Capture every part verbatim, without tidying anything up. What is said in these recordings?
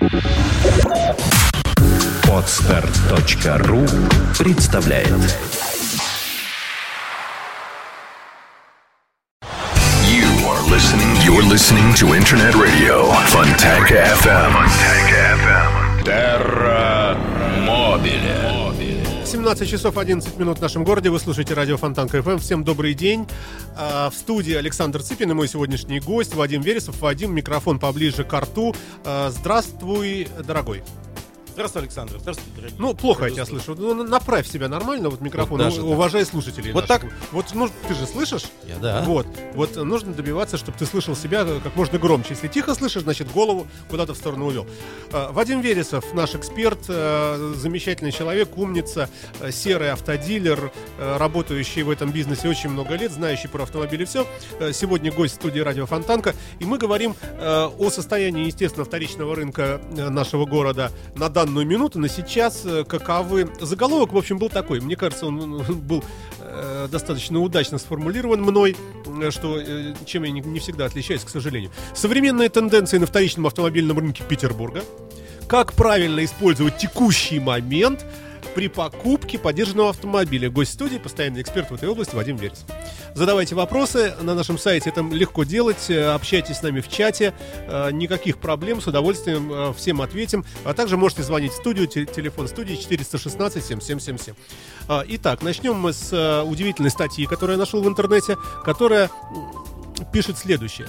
Подстер точка ру представляет. You are listening. You're listening to Internet Radio Fontanka эф эм. Fontanka эф эм. Terra Mobile. семнадцать часов одиннадцать минут в нашем городе. Вы слушаете радио Фонтанка эф эм. Всем добрый день. В студии Александр Цыпин и мой сегодняшний гость Вадим Вересов. Вадим, микрофон поближе к рту. Здравствуй, дорогой. Здравствуй, Александр. Здравствуй, дорогие. Ну, плохо я тебя слышу. Ну, направь себя нормально, вот микрофон, Вот даже ну, так. уважай слушателей. Вот наших. так? Вот ну, ты же слышишь? Я, да. Вот. Вот нужно добиваться, чтобы ты слышал себя как можно громче. Если тихо слышишь, значит голову куда-то в сторону увел. Э, Вадим Вересов, наш эксперт, э, замечательный человек, умница, э, серый автодилер, э, работающий в этом бизнесе очень много лет, знающий про автомобили все. Э, сегодня гость студии радио Фонтанка. И мы говорим э, о состоянии, естественно, вторичного рынка э, нашего города на данную минуту, на сейчас, э, каковы. Заголовок, в общем, был такой. Мне кажется, он, он был э, достаточно удачно сформулирован мной, э, что, э, чем я не, не всегда отличаюсь, к сожалению. Современные тенденции на вторичном автомобильном рынке Петербурга. Как правильно использовать текущий момент при покупке подержанного автомобиля. Гость студии, постоянный эксперт в этой области Вадим Вересов. Задавайте вопросы на нашем сайте, это легко делать. Общайтесь с нами в чате, никаких проблем, с удовольствием всем ответим. А также можете звонить в студию, телефон студии четыреста шестнадцать семь семь семь семь. Итак, начнем мы с удивительной статьи, которую я нашел в интернете, которая пишет следующее.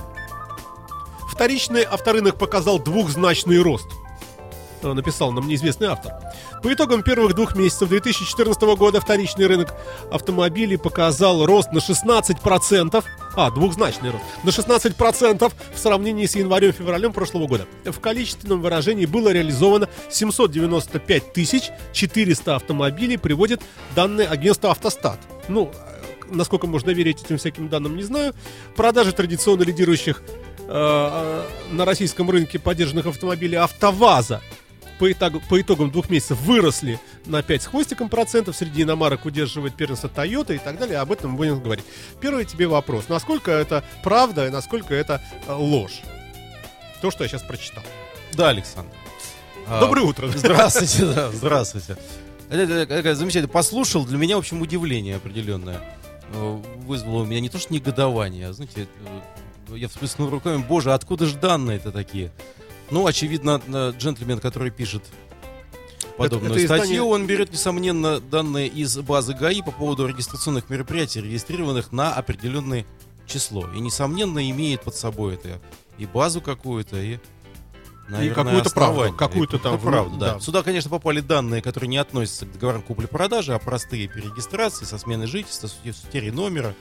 Вторичный авторынок показал двухзначный рост. Написал нам неизвестный автор. По итогам первых двух месяцев две тысячи четырнадцатого года вторичный рынок автомобилей показал рост на шестнадцать процентов. А, двухзначный рост. На шестнадцать процентов в сравнении с январем-февралем прошлого года. В количественном выражении было реализовано семьсот девяносто пять тысяч четыреста автомобилей, приводит данные агентства «Автостат». Ну, насколько можно верить этим всяким данным, не знаю. Продажи традиционно лидирующих э, на российском рынке подержанных автомобилей «АвтоВАЗа» По, итогу, по итогам двух месяцев выросли на пять с хвостиком процентов. Среди иномарок удерживает первенство Toyota и так далее. Об этом мы будем говорить. Первый тебе вопрос. Насколько это правда и насколько это э, ложь? То, что я сейчас прочитал. Да, Александр. Доброе а, утро. Здравствуйте, да, здравствуйте. Это, это, это замечательно. Послушал, для меня, в общем, удивление определенное. Вызвало у меня не то что негодование, а, знаете, я всплеснул руками. Боже, откуда же данные-то такие? Ну, очевидно, джентльмен, который пишет подобную это, это статью, издание... он берет, несомненно, данные из базы ГАИ по поводу регистрационных мероприятий, регистрированных на определенное число. И, несомненно, имеет под собой это и базу какую-то, и, наверное, и какую-то правду. Какую-то там правду, да. да. Сюда, конечно, попали данные, которые не относятся к договорам купли-продажи, а простые перерегистрации со сменой жительства, с утерей номера,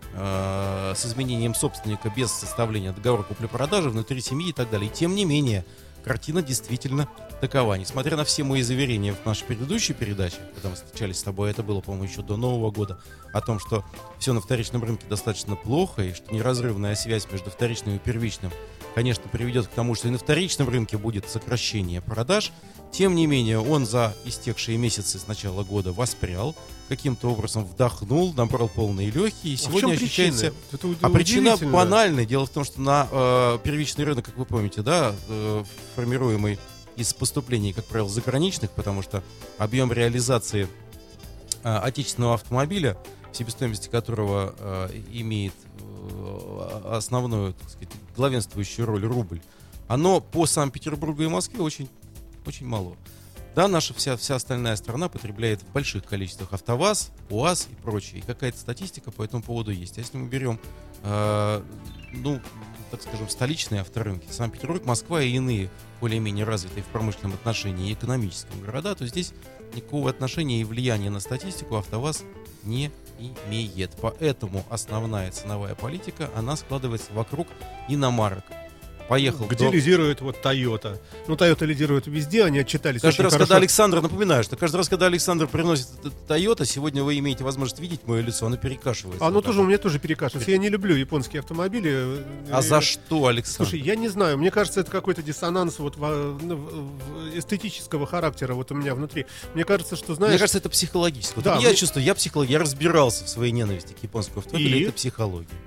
с изменением собственника без составления договора купли-продажи внутри семьи и так далее. И тем не менее, картина действительно такова. Несмотря на все мои заверения в нашей предыдущей передаче, когда мы встречались с тобой, это было, по-моему, еще до Нового года, о том, что все на вторичном рынке достаточно плохо, и что неразрывная связь между вторичным и первичным, конечно, приведет к тому, что и на вторичном рынке будет сокращение продаж. Тем не менее, он за истекшие месяцы с начала года воспрял, каким-то образом вдохнул, набрал полные легкие, и сегодня а ощущается... Это а причина банальная. Дело в том, что на э, первичный рынок, как вы помните, да, э, формируемый из поступлений, как правило, заграничных, потому что объем реализации э, отечественного автомобиля, себестоимость которого э, имеет э, основную, так сказать, главенствующую роль рубль, оно по Санкт-Петербургу и Москве очень, очень мало. Да, наша вся, вся остальная страна потребляет в больших количествах АвтоВАЗ, УАЗ и прочее. И какая-то статистика по этому поводу есть. А если мы берем, э, ну, так скажем, столичные авторынки, Санкт-Петербург, Москва и иные более-менее развитые в промышленном отношении и экономическом города, то здесь никакого отношения и влияния на статистику АвтоВАЗ не имеет. Поэтому основная ценовая политика, она складывается вокруг иномарок. Поехал. Где до... лидирует вот Toyota. Ну, Toyota лидирует везде, они отчитались каждый очень раз, хорошо. Когда Александр, напоминаю, что каждый раз, когда Александр приносит Toyota, сегодня вы имеете возможность видеть мое лицо, оно перекашивается. А оно вот тоже у меня тоже перекашивается. Я не люблю японские автомобили. А за что, Александр? Слушай, я не знаю, мне кажется, это какой-то диссонанс вот в, в, в эстетического характера вот у меня внутри. Мне кажется, что, знаешь... Мне кажется, это психологически. Вот да, я мы... чувствую, я психолог, я разбирался в своей ненависти к японскому автомобилю, и... это психология.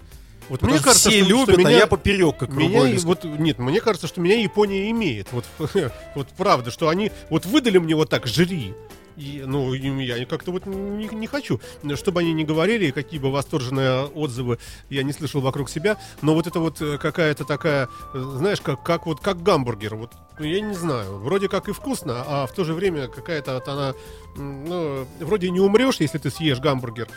Вот Потому мне что кажется, все что, любят, что меня, а я поперек, как меня, рукой. вот, нет, мне кажется, что меня Япония имеет. Вот, вот правда, что они вот выдали мне вот так, жри. И, ну, и я как-то вот не, не хочу, чтобы они не говорили, какие бы восторженные отзывы я не слышал вокруг себя, но вот это вот какая-то такая, знаешь, как, как вот как гамбургер, вот я не знаю, вроде как и вкусно, а в то же время какая-то вот она, ну, вроде не умрешь, если ты съешь гамбургер.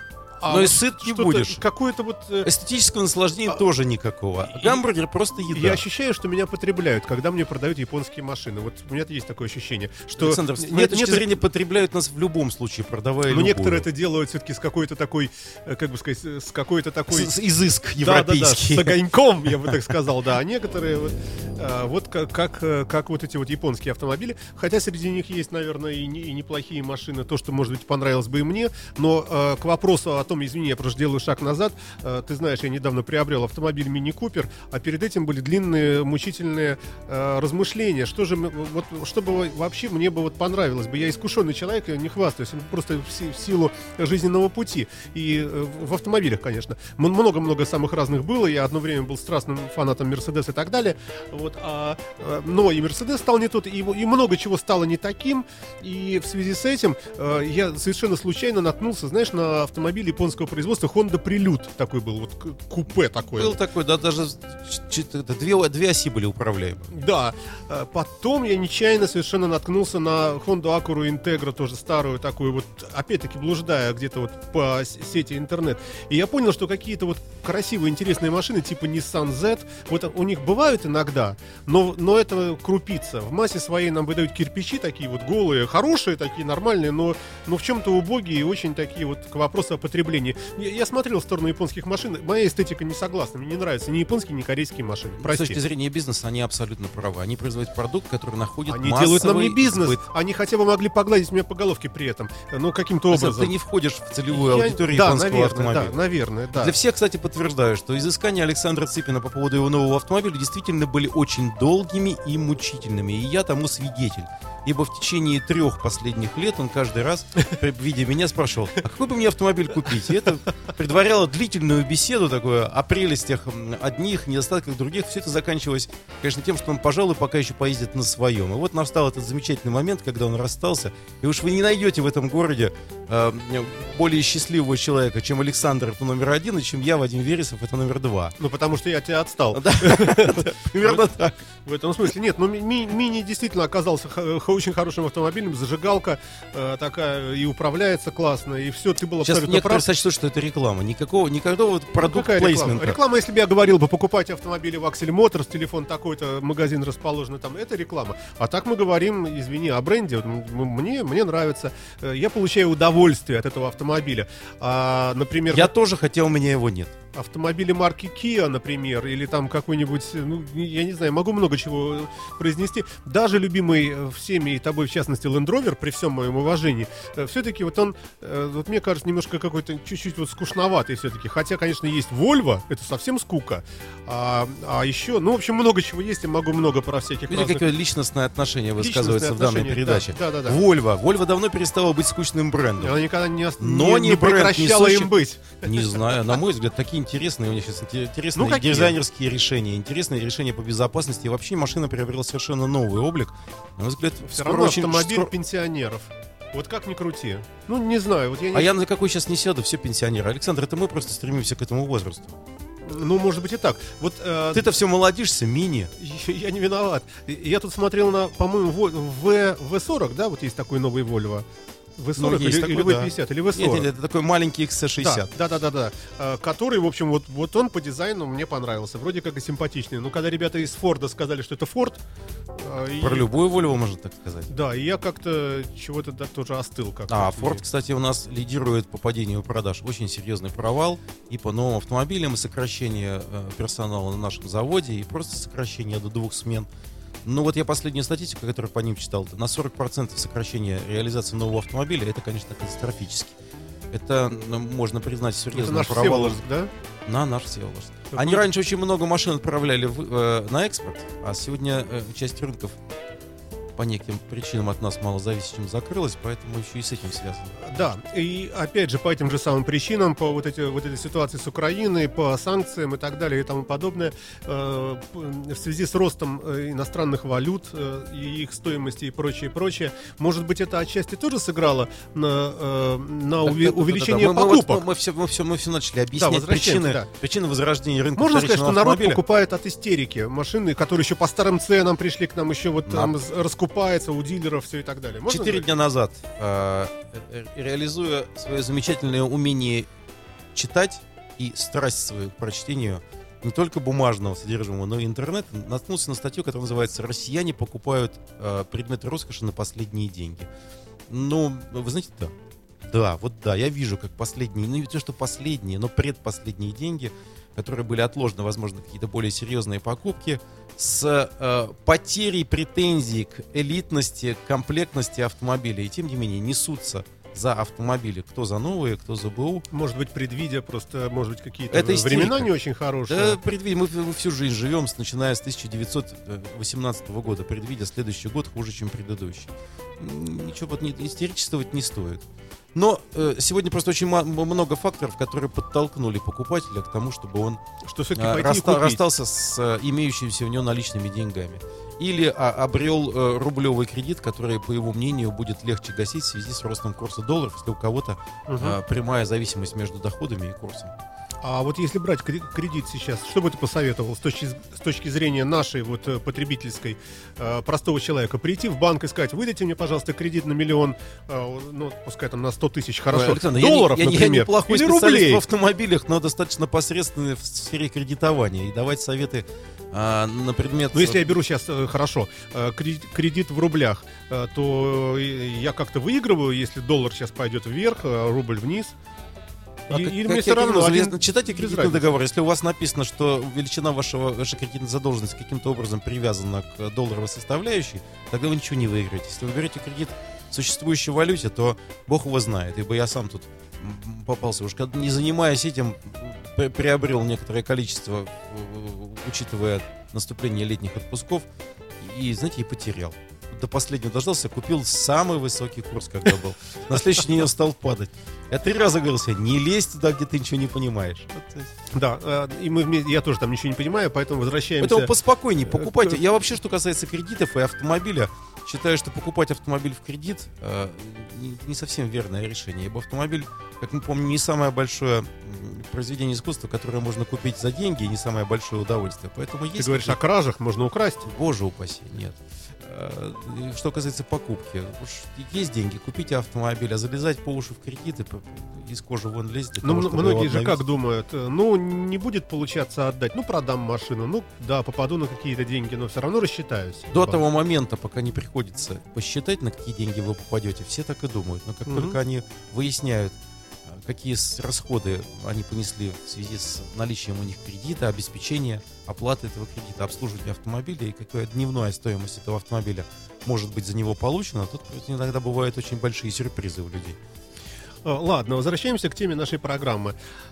А Но вот и сыт не что-то, будешь. Какое-то вот... э, Эстетического наслаждения а, тоже никакого. и- Гамбургер просто еда. Я ощущаю, что меня потребляют, когда мне продают японские машины. Вот у меня есть такое ощущение, что... Александр, с моей нет, точки нет, зрения, потребляют нас в любом случае, продавая но любую. некоторые это делают все-таки с какой-то такой, э, как бы сказать, с какой-то такой... С- с- изыск Да, да, да, европейский. с огоньком, я бы так сказал, да. А некоторые вот, э, вот как, как, э, как вот эти вот японские автомобили, хотя среди них есть, наверное, и, не- и неплохие машины, то, что, может быть, понравилось бы и мне, но э, к вопросу о том, извини, я просто делаю шаг назад, э, ты знаешь, я недавно приобрел автомобиль Мини Купер, а перед этим были длинные, мучительные э, размышления, что же, мы- вот, что бы вообще мне бы вот понравилось бы, я искушенный человек, я не хвастаюсь, просто в, си- в силу жизненного пути, и э, в автомобилях, конечно, М- много-много самых разных было, я одно время был страстным фанатом Мерседес и так далее, вот, а, э, но и Мерседес стал не тот, и, и много чего стало не таким, и в связи с этим э, я совершенно случайно наткнулся, знаешь, на автомобиль японского производства Honda Prelude, такой был, вот к- купе такое. Был такой, да, даже ч- ч- это, две, две оси были управляемы. Да, э, потом я нечаянно совершенно наткнулся на Honda Acura Integra, тоже старую такую вот, опять-таки блуждая где-то вот по с- сети интернет. И я понял, что какие-то вот красивые, интересные машины, типа Nissan Z, вот у них бывают иногда, но, но это крупица. В массе своей нам выдают кирпичи такие вот голые, хорошие такие, нормальные, но, но в чем-то убогие и очень такие вот к вопросу о потреблении. Я, я смотрел в сторону японских машин, моя эстетика не согласна, мне не нравятся ни японские, ни корейские машины. С Прости. точки зрения бизнеса они абсолютно правы. Они производят продукт, который находит Они массовый делают нам не бизнес, сбыт. они хотя бы могли погладить меня по головке при этом, ну каким-то Александр, образом. ты не входишь в целевую Я- аудиторию да, японского наверное, автомобиля. Да, наверное, да. Для всех, кстати, подтверждаю, что изыскания Александра Цыпина по поводу его нового автомобиля действительно были очень долгими и мучительными. И я тому свидетель. Ибо в течение трех последних лет он каждый раз, при- видя меня, спрашивал, а какой бы мне автомобиль купить? И это предваряло длительную беседу такую о прелестях м, одних, недостатках других. Все это заканчивалось, конечно, тем, что он, пожалуй, пока еще поездит на своем. И вот настал этот замечательный момент, когда он расстался. И уж вы не найдете в этом городе э, более счастливого человека, чем Александр, это номер один, и чем я, Вадим Вересов, это номер два. Ну потому что я от тебя отстал. Да, примерно так. В этом смысле нет, но ми- ми- мини действительно оказался х- х- очень хорошим автомобилем, зажигалка э, такая и управляется классно, и все, ты был Сейчас абсолютно некоторые прав. сочтут, что это реклама. Никакого, никакого вот Какая продукт реклама? плейсмента. Реклама, если бы я говорил бы, покупайте автомобили в Axel Motors, телефон такой-то, магазин расположен там, это реклама. А так мы говорим, извини, о бренде. Вот м- м- Мне, мне нравится. Э, Я получаю удовольствие от этого автомобиля. А, например, Я тоже, хотя у меня его нет. автомобили марки Kia, например, или там какой-нибудь, ну, я не знаю, могу много чего произнести. Даже любимый э, всеми и тобой, в частности, Land Rover, при всем моем уважении, все-таки вот он, э, вот мне кажется, немножко какой-то чуть-чуть вот скучноватый все-таки. Хотя, конечно, есть Volvo, это совсем скука. А, а еще, ну, в общем, много чего есть, я могу много про всяких Видите, разных... какое личностное отношение высказывается в данной отношение, передаче. да, да, да, да. Volvo. Volvo давно перестала быть скучным брендом. Она никогда не, ос- Но не, не не бренд, прекращала несущий- им быть. Не знаю, на мой взгляд, такие интересные у них сейчас интересные Ну, какие? дизайнерские решения, интересные решения по безопасности. И вообще машина приобрела совершенно новый облик. На мой взгляд, Все скоро равно очень- автомобиль скоро- пенсионеров. Вот как ни крути. Ну, не знаю, вот я не... А я на какой сейчас не сяду, все пенсионеры. Александр, это мы просто стремимся к этому возрасту. Ну, может быть и так. Вот э, Ты-то все молодишься, мини. я не виноват. Я тут смотрел на, по-моему, вэ сорок, да, вот есть такой новый Volvo. вэ сорок Ну, есть или, такой, или вэ да. пятьдесят, или вэ Нет, сорок. нет, это такой маленький икс си шестьдесят. Да, да, да, да, да. Который, в общем, вот, вот он по дизайну мне понравился. Вроде как и симпатичный. Но когда ребята из Форда сказали, что это Форд, э, Про и- любую Volvo можно так сказать. да, и я как-то чего-то да, тоже остыл. Как А, Ford, кстати, у нас лидирует по падению продаж. Очень серьезный провал и по новым автомобилям, и сокращение э, персонала на нашем заводе, и просто сокращение до двух смен. Ну вот я последнюю статистику, которую по ним читал, на сорок процентов сокращение реализации нового автомобиля, это, конечно, катастрофически. Это ну, можно признать Это серьезным наш провалом Всеволожск, да? на наш Всеволожск. Какой? Они раньше очень много машин отправляли в- э, на экспорт, а сегодня э, часть рынков по неким причинам от нас малозависящим закрылась, поэтому еще и с этим связано. Да, и опять же по этим же самым причинам, по вот, эти, вот этой ситуации с Украиной, по санкциям и так далее и тому подобное, э, в связи с ростом иностранных валют э, и их стоимости и прочее, прочее, может быть, это отчасти тоже сыграло на, э, на Так, уви- да, да, увеличение да, да. Мы, мы, покупок? вот, мы, все, мы, все, мы все начали объяснять Да, причины, да. причины возрождения рынка Можно сказать, вторичного что народ автомобиля. покупает от истерики машины, которые еще по старым ценам пришли к нам, еще вот там Да. раскупается у дилеров, все и так далее. Можно Четыре сказать? дня назад, э, э, реализуя свое замечательное умение читать и страсть свою к прочтению не только бумажного содержимого, но и интернета, наткнулся на статью, которая называется «Россияне покупают э, предметы роскоши на последние деньги». Ну, вы знаете, да. Да, вот да, я вижу, как последние, ну не то, что последние, но предпоследние деньги, которые были отложены, возможно, какие-то более серьезные покупки, с э, потерей претензий к элитности, к комплектности автомобиля. И тем не менее несутся за автомобили. Кто за новые, кто за БУ. Может быть, предвидя просто, может быть, какие-то Это истерика. времена не очень хорошие. Да, предвидя, мы, мы всю жизнь живем, с, начиная с тысяча девятьсот восемнадцатого года, предвидя следующий год хуже, чем предыдущий. Ничего вот не, истеричествовать не стоит. Но э, сегодня просто очень ма- много факторов, которые подтолкнули покупателя к тому, чтобы он Что все-таки э, пойти и расста- купить. расстался с э, имеющимися у него наличными деньгами. Или а, обрел э, рублевый кредит, который, по его мнению, будет легче гасить в связи с ростом курса долларов, если у кого-то Мгм. э, прямая зависимость между доходами и курсом. А вот если брать кре- кредит сейчас, что бы ты посоветовал с точки, с точки зрения нашей вот э, потребительской, э, простого человека? Прийти в банк и сказать: выдайте мне, пожалуйста, кредит на миллион, э, ну, пускай там на сто тысяч, хорошо, Ой, Александр, я не- долларов, я, не- я например, неплохой или специалист рублей. в автомобилях, но достаточно посредственный в сфере кредитования и давать советы а, на предмет... Ну, если я беру сейчас, э, хорошо, э, кредит, кредит в рублях, э, то э, я как-то выигрываю, если доллар сейчас пойдет вверх, а рубль вниз. А И- как- или как мне я все равно, говорю, один- читайте без кредитный разницы. договор. Если у вас написано, что величина вашего, вашей кредитной задолженности каким-то образом привязана к долларовой составляющей, тогда вы ничего не выиграете. Если вы берете кредит в существующей валюте, то Бог его знает, ибо я сам тут м, попался. Уж когда, не занимаясь этим, п- приобрел некоторое количество, э, учитывая наступление летних отпусков, и, знаете, и потерял. До последнего дождался, купил самый высокий курс, когда был. На следующий день он стал падать. Я три раза говорил себе: не лезь туда, где ты ничего не понимаешь. Вот, то есть. Да, э, и мы вместе, я тоже там ничего не понимаю, поэтому возвращаемся. Поэтому поспокойнее покупайте. к- Я вообще, что касается кредитов и автомобиля, считаю, что покупать автомобиль в кредит э, не, не совсем верное решение. Ибо автомобиль, как мы помним, не самое большое м, произведение искусства, которое можно купить за деньги, и не самое большое удовольствие. Поэтому Ты есть... говоришь о кражах, можно украсть. Боже упаси, нет. Э, Что касается покупки, уж есть деньги, купите автомобиль, а залезать по уши в кредиты, по- из кожи вон лезть. для Ну, того, м- чтобы многие его же обновить. как думают, э, ну, не будет получаться отдать, ну, продам машину, ну, да, попаду на какие-то деньги, но все равно рассчитаюсь. До Банк. того момента, пока не приходится посчитать, на какие деньги вы попадете, все так и думают. Но как Мгм. только они выясняют, а, какие с- расходы они понесли в связи с наличием у них кредита, обеспечения, оплаты этого кредита, обслуживания автомобиля и какая дневная стоимость этого автомобиля может быть за него получена, тут иногда бывают очень большие сюрпризы у людей. Э, Ладно, возвращаемся к теме нашей программы.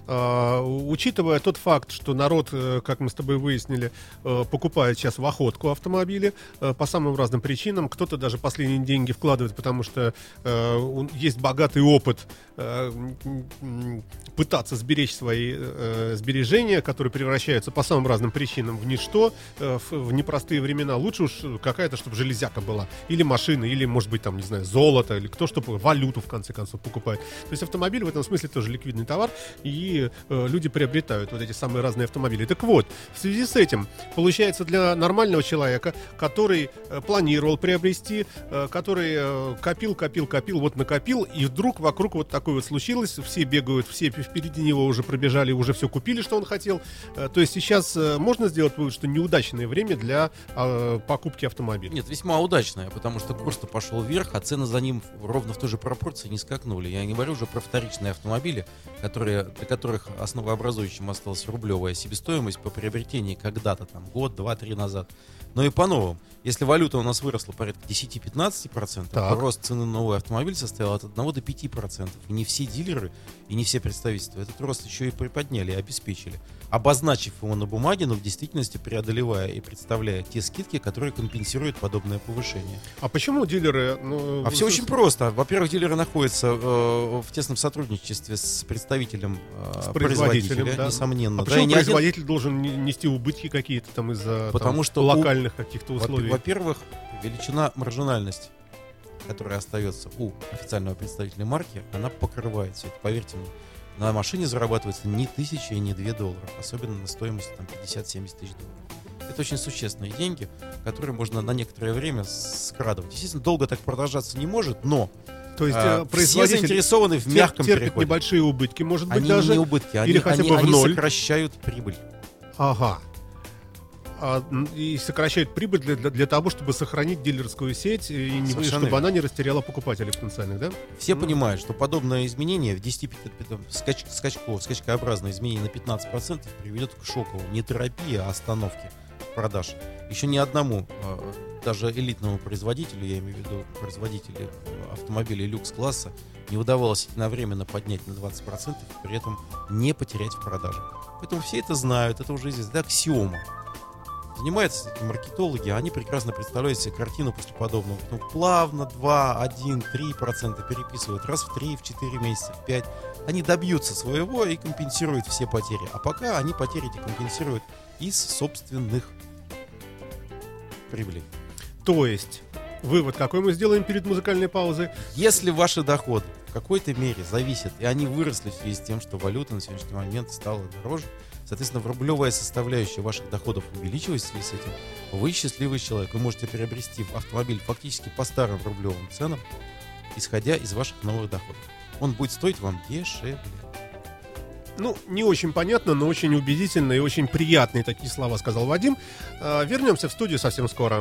Э, Учитывая тот факт, что народ, э, как мы с тобой выяснили, э, покупает сейчас в охотку автомобили э, по самым разным причинам, кто-то даже последние деньги вкладывает, потому что э, у- есть богатый опыт э, м, м, пытаться сберечь свои э, сбережения, которые превращаются по самым разным причинам в ничто, э, в, в непростые времена. Лучше уж какая-то, чтобы железяка была, или машина, или, может быть, там, не знаю, золото, или кто что, валюту, в конце концов, покупает. То есть автомобиль в этом смысле тоже ликвидный товар, и э, люди приобретают вот эти самые разные автомобили. Так вот, в связи с этим, получается, для нормального человека, который э, планировал приобрести, э, который э, копил, копил, копил, вот накопил, и вдруг вокруг вот такое вот случилось, все бегают, все впереди него уже пробежали, уже все купили, что он хотел. Э, то есть сейчас э, можно сделать вывод, что неудачное время для э, покупки автомобиля. Нет, весьма удачная, потому что курс-то пошел вверх, а цены за ним ровно в той же пропорции не скакнули. Я небольшой говорю уже про вторичные автомобили, которые, для которых основообразующим осталась рублевая себестоимость по приобретении когда-то, там, год, два, три назад. Но и по новым. Если валюта у нас выросла порядка десять-пятнадцать процентов, то рост цены на новый автомобиль составил от одного до пяти процентов. И не все дилеры и не все представительства этот рост еще и приподняли и обеспечили, обозначив его на бумаге, но в действительности преодолевая и представляя те скидки, которые компенсируют подобное повышение. А почему дилеры... Ну, а все очень просто. Во-первых, дилеры находятся э, в тесном сотрудничестве с представителем э, с производителем, производителя, да. несомненно. А почему да, производитель один... должен нести убытки какие-то там из-за Потому там, что локальных у... каких-то условий? Во-первых, величина маржинальности, которая остается у официального представителя марки, она покрывает все это. Поверьте мне, на машине зарабатывается не тысяча и не две доллара, особенно на стоимости там, пятьдесят-семьдесят тысяч долларов. Это очень существенные деньги, которые можно на некоторое время скрадывать. Естественно, долго так продолжаться не может, но То есть а, производитель все заинтересованы в мягком терпит переходе. Небольшие убытки, может быть, они даже. не убытки, они, или хотя они, бы в они ноль. сокращают прибыль. Ага. А, и сокращают прибыль для, для, для того, чтобы сохранить дилерскую сеть и не, чтобы верно. Она не растеряла покупателей потенциальных, да? Все ну. понимают, что подобное изменение в десять скач, скачков, скачкообразное изменение на пятнадцать процентов приведет к шоковому, не терапии, а остановке продаж. Еще ни одному, даже элитному производителю, я имею в виду производителю автомобилей люкс-класса, не удавалось единовременно поднять на двадцать процентов, при этом не потерять в продаже. Поэтому все это знают, это уже известно, это аксиома. Занимаются этим маркетологи, они прекрасно представляют себе картину после подобного. Ну, плавно два, один, три процента переписывают раз в три, в четыре месяца, в пять. Они добьются своего и компенсируют все потери. А пока они потери эти компенсируют из собственных прибылей. То есть, вывод какой мы сделаем перед музыкальной паузой? Если ваши доходы в какой-то мере зависят, и они выросли в связи с тем, что валюта на сегодняшний момент стала дороже, соответственно, рублевая составляющая ваших доходов увеличилась в связи с этим, вы счастливый человек. Вы можете приобрести автомобиль фактически по старым рублевым ценам, исходя из ваших новых доходов. Он будет стоить вам дешевле. Ну, не очень понятно, но очень убедительно и очень приятные такие слова сказал Вадим. А, вернемся в студию совсем скоро.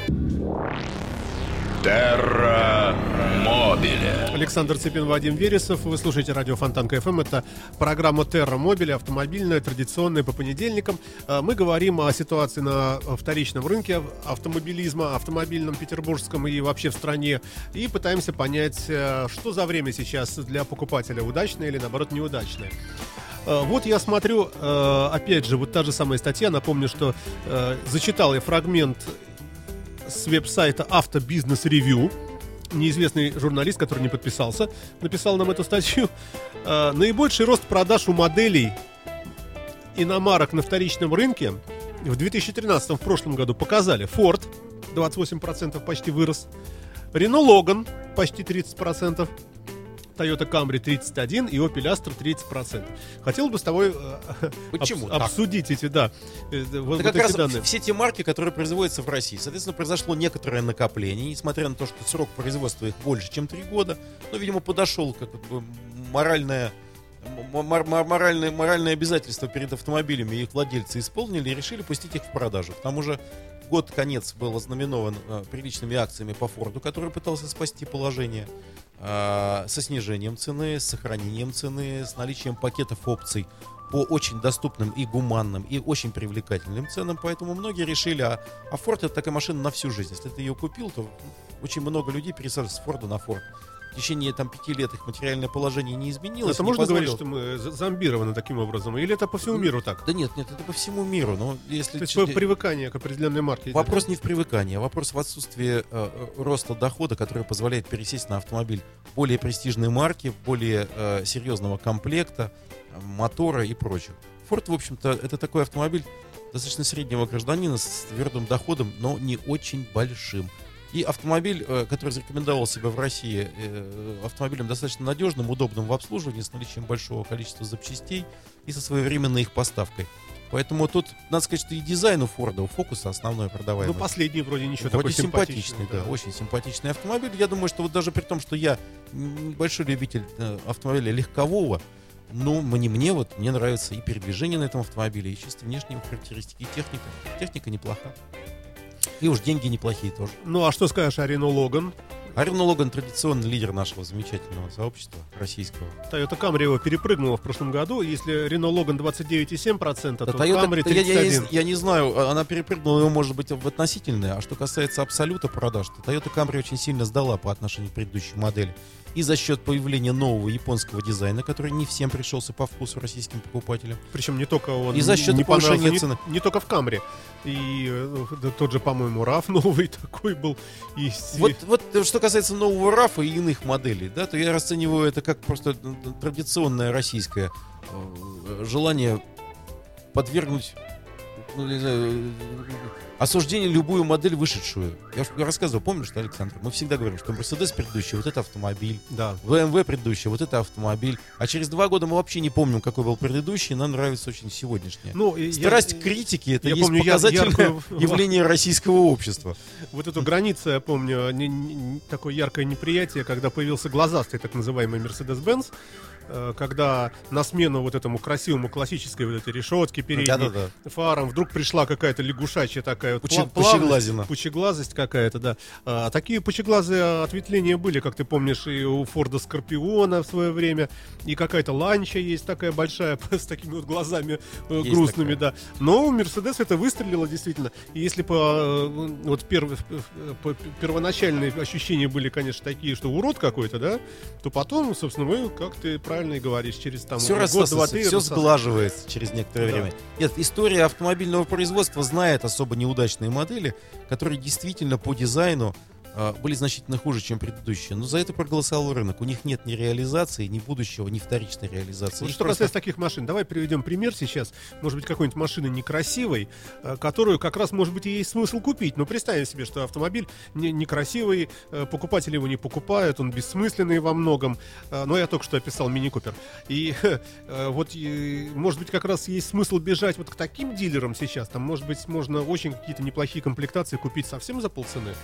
Терра Мобиле. Александр Цыпин, Вадим Вересов. Вы слушаете радио Фонтанка эф эм. Это программа Терра Мобиле, автомобильная, традиционная, по понедельникам. Мы говорим о ситуации на вторичном рынке автомобилизма, автомобильном, петербургском и вообще в стране. И пытаемся понять, что за время сейчас для покупателя удачное или, наоборот, неудачное. Вот я смотрю, опять же, вот та же самая статья. Напомню, что зачитал я фрагмент с веб-сайта «Автобизнес Ревью». Неизвестный журналист, который не подписался, написал нам эту статью. э, Наибольший рост продаж у моделей иномарок на вторичном рынке в две тысячи тринадцатом, в прошлом году, показали Ford, двадцать восемь процентов почти вырос, Renault Logan почти тридцать процентов, Toyota Camry тридцать один процент и Opel Astra тридцать процентов. Хотел бы с тобой э, Почему об, обсудить эти, да, э, вот, Это вот как эти раз данные. все те марки, которые производятся в России. Соответственно, произошло некоторое накопление, несмотря на то, что срок производства их больше, чем три года. Но, видимо, подошел как бы моральное, мор- моральное, моральное обязательство перед автомобилями, их владельцы исполнили и решили пустить их в продажу. К тому же год конец был ознаменован э, приличными акциями по Форду, который пытался спасти положение, э, со снижением цены, с сохранением цены, с наличием пакетов опций по очень доступным и гуманным, и очень привлекательным ценам. Поэтому многие решили, а, а Ford — это такая машина на всю жизнь. Если ты ее купил, то очень много людей пересаживаются с Форда на Ford. В течение там, пяти лет их материальное положение не изменилось. Это не можно позволило... говорить, что мы зомбированы таким образом? Или это по всему миру так? Да нет, нет, это по всему миру. Но если То есть чуть... привыкание к определенной марке. Вопрос не в привыкании, а вопрос в отсутствии э, роста дохода, который позволяет пересесть на автомобиль более престижной марки, более э, серьезного комплекта, э, мотора и прочего. Ford, в общем-то, это такой автомобиль достаточно среднего гражданина с твердым доходом, но не очень большим. И автомобиль, который зарекомендовал себя в России автомобилем достаточно надежным, удобным в обслуживании, с наличием большого количества запчастей и со своевременной их поставкой. Поэтому тут, надо сказать, что и дизайн у Форда, у Фокуса основной продаваемый. Ну, последний вроде ничего, вроде такой симпатичный. симпатичный, да, очень симпатичный автомобиль. Я думаю, что вот даже при том, что я большой любитель автомобиля легкового, ну, мне, мне вот, мне нравится и передвижение на этом автомобиле, и чисто внешние характеристики, и техника. Техника неплоха. И уж деньги неплохие тоже. Ну, а что скажешь о Renault Logan? А Renault Logan традиционный лидер нашего замечательного сообщества российского. Toyota Camry его перепрыгнула в прошлом году. Если Renault Logan двадцать девять целых семь десятых процента, Да, то Toyota, Camry я, тридцать я, один. я, я не знаю, она перепрыгнула его, может быть, в относительное. А что касается абсолюта продаж, то Toyota Camry очень сильно сдала по отношению к предыдущей модели. И за счет появления нового японского дизайна, который не всем пришелся по вкусу российским покупателям. Причем не только он И за счет не повышения понравился, цены. Не, не только в Камри. И э, да, тот же, по-моему, раф новый такой был. И с- Вот, вот э, что касается нового рафа и иных моделей, да, то я расцениваю это как просто э, традиционное российское э, желание подвергнуть, ну, не знаю, э, осуждению любую модель вышедшую. Я же рассказывал, помнишь, что, Александр, мы всегда говорим, что Mercedes предыдущий, вот это автомобиль, Да. бэ эм вэ предыдущий, вот это автомобиль. А через два года мы вообще не помним, какой был предыдущий, нам нравится очень сегодняшнее. Ну, и я- Страсть к критике — это я есть помню яр- показательное яркую- явление российского общества. Вот эту границу, я помню, не- не- такое яркое неприятие, когда появился глазастый, так называемый Mercedes-Benz, э, когда на смену вот этому красивому классической вот этой решетке передней, Да-да-да. фарам, вдруг пришла какая-то лягушачья такая вот Пуче- пла- плавность, пучеглазина. пучеглазость какая-то, да. А, такие пучеглазые ответвления были, как ты помнишь, и у Форда Скорпиона в свое время, и какая-то ланча есть такая большая, с такими вот глазами э, Есть грустными, такая. да. Но у Мерседес это выстрелило действительно. И если по э, вот перв- по- первоначальные ощущения были, конечно, такие, что урод какой-то, да, то потом, собственно, мы, как ты правильно и говоришь, через там Все год, два, три, все рассас- сглаживается через некоторое Да. время. Нет, история автомобильного производства знает особо неудачные модели, которые действительно по дизайну а, были значительно хуже, чем предыдущие. Но за это проголосовал рынок. У них нет ни реализации, ни будущего, ни вторичной реализации. Вот Их что просто- касается таких машин, давай приведем пример сейчас. Может быть, какой-нибудь машины некрасивой, э, которую как раз, может быть, и есть смысл купить. Но представим себе, что автомобиль не- некрасивый, э, покупатели его не покупают, он бессмысленный во многом. Э, Но я только что описал Мини Купер. И э, вот, э, может быть, как раз есть смысл бежать вот к таким дилерам сейчас. Там, может быть, можно очень какие-то неплохие комплектации купить совсем за полцены.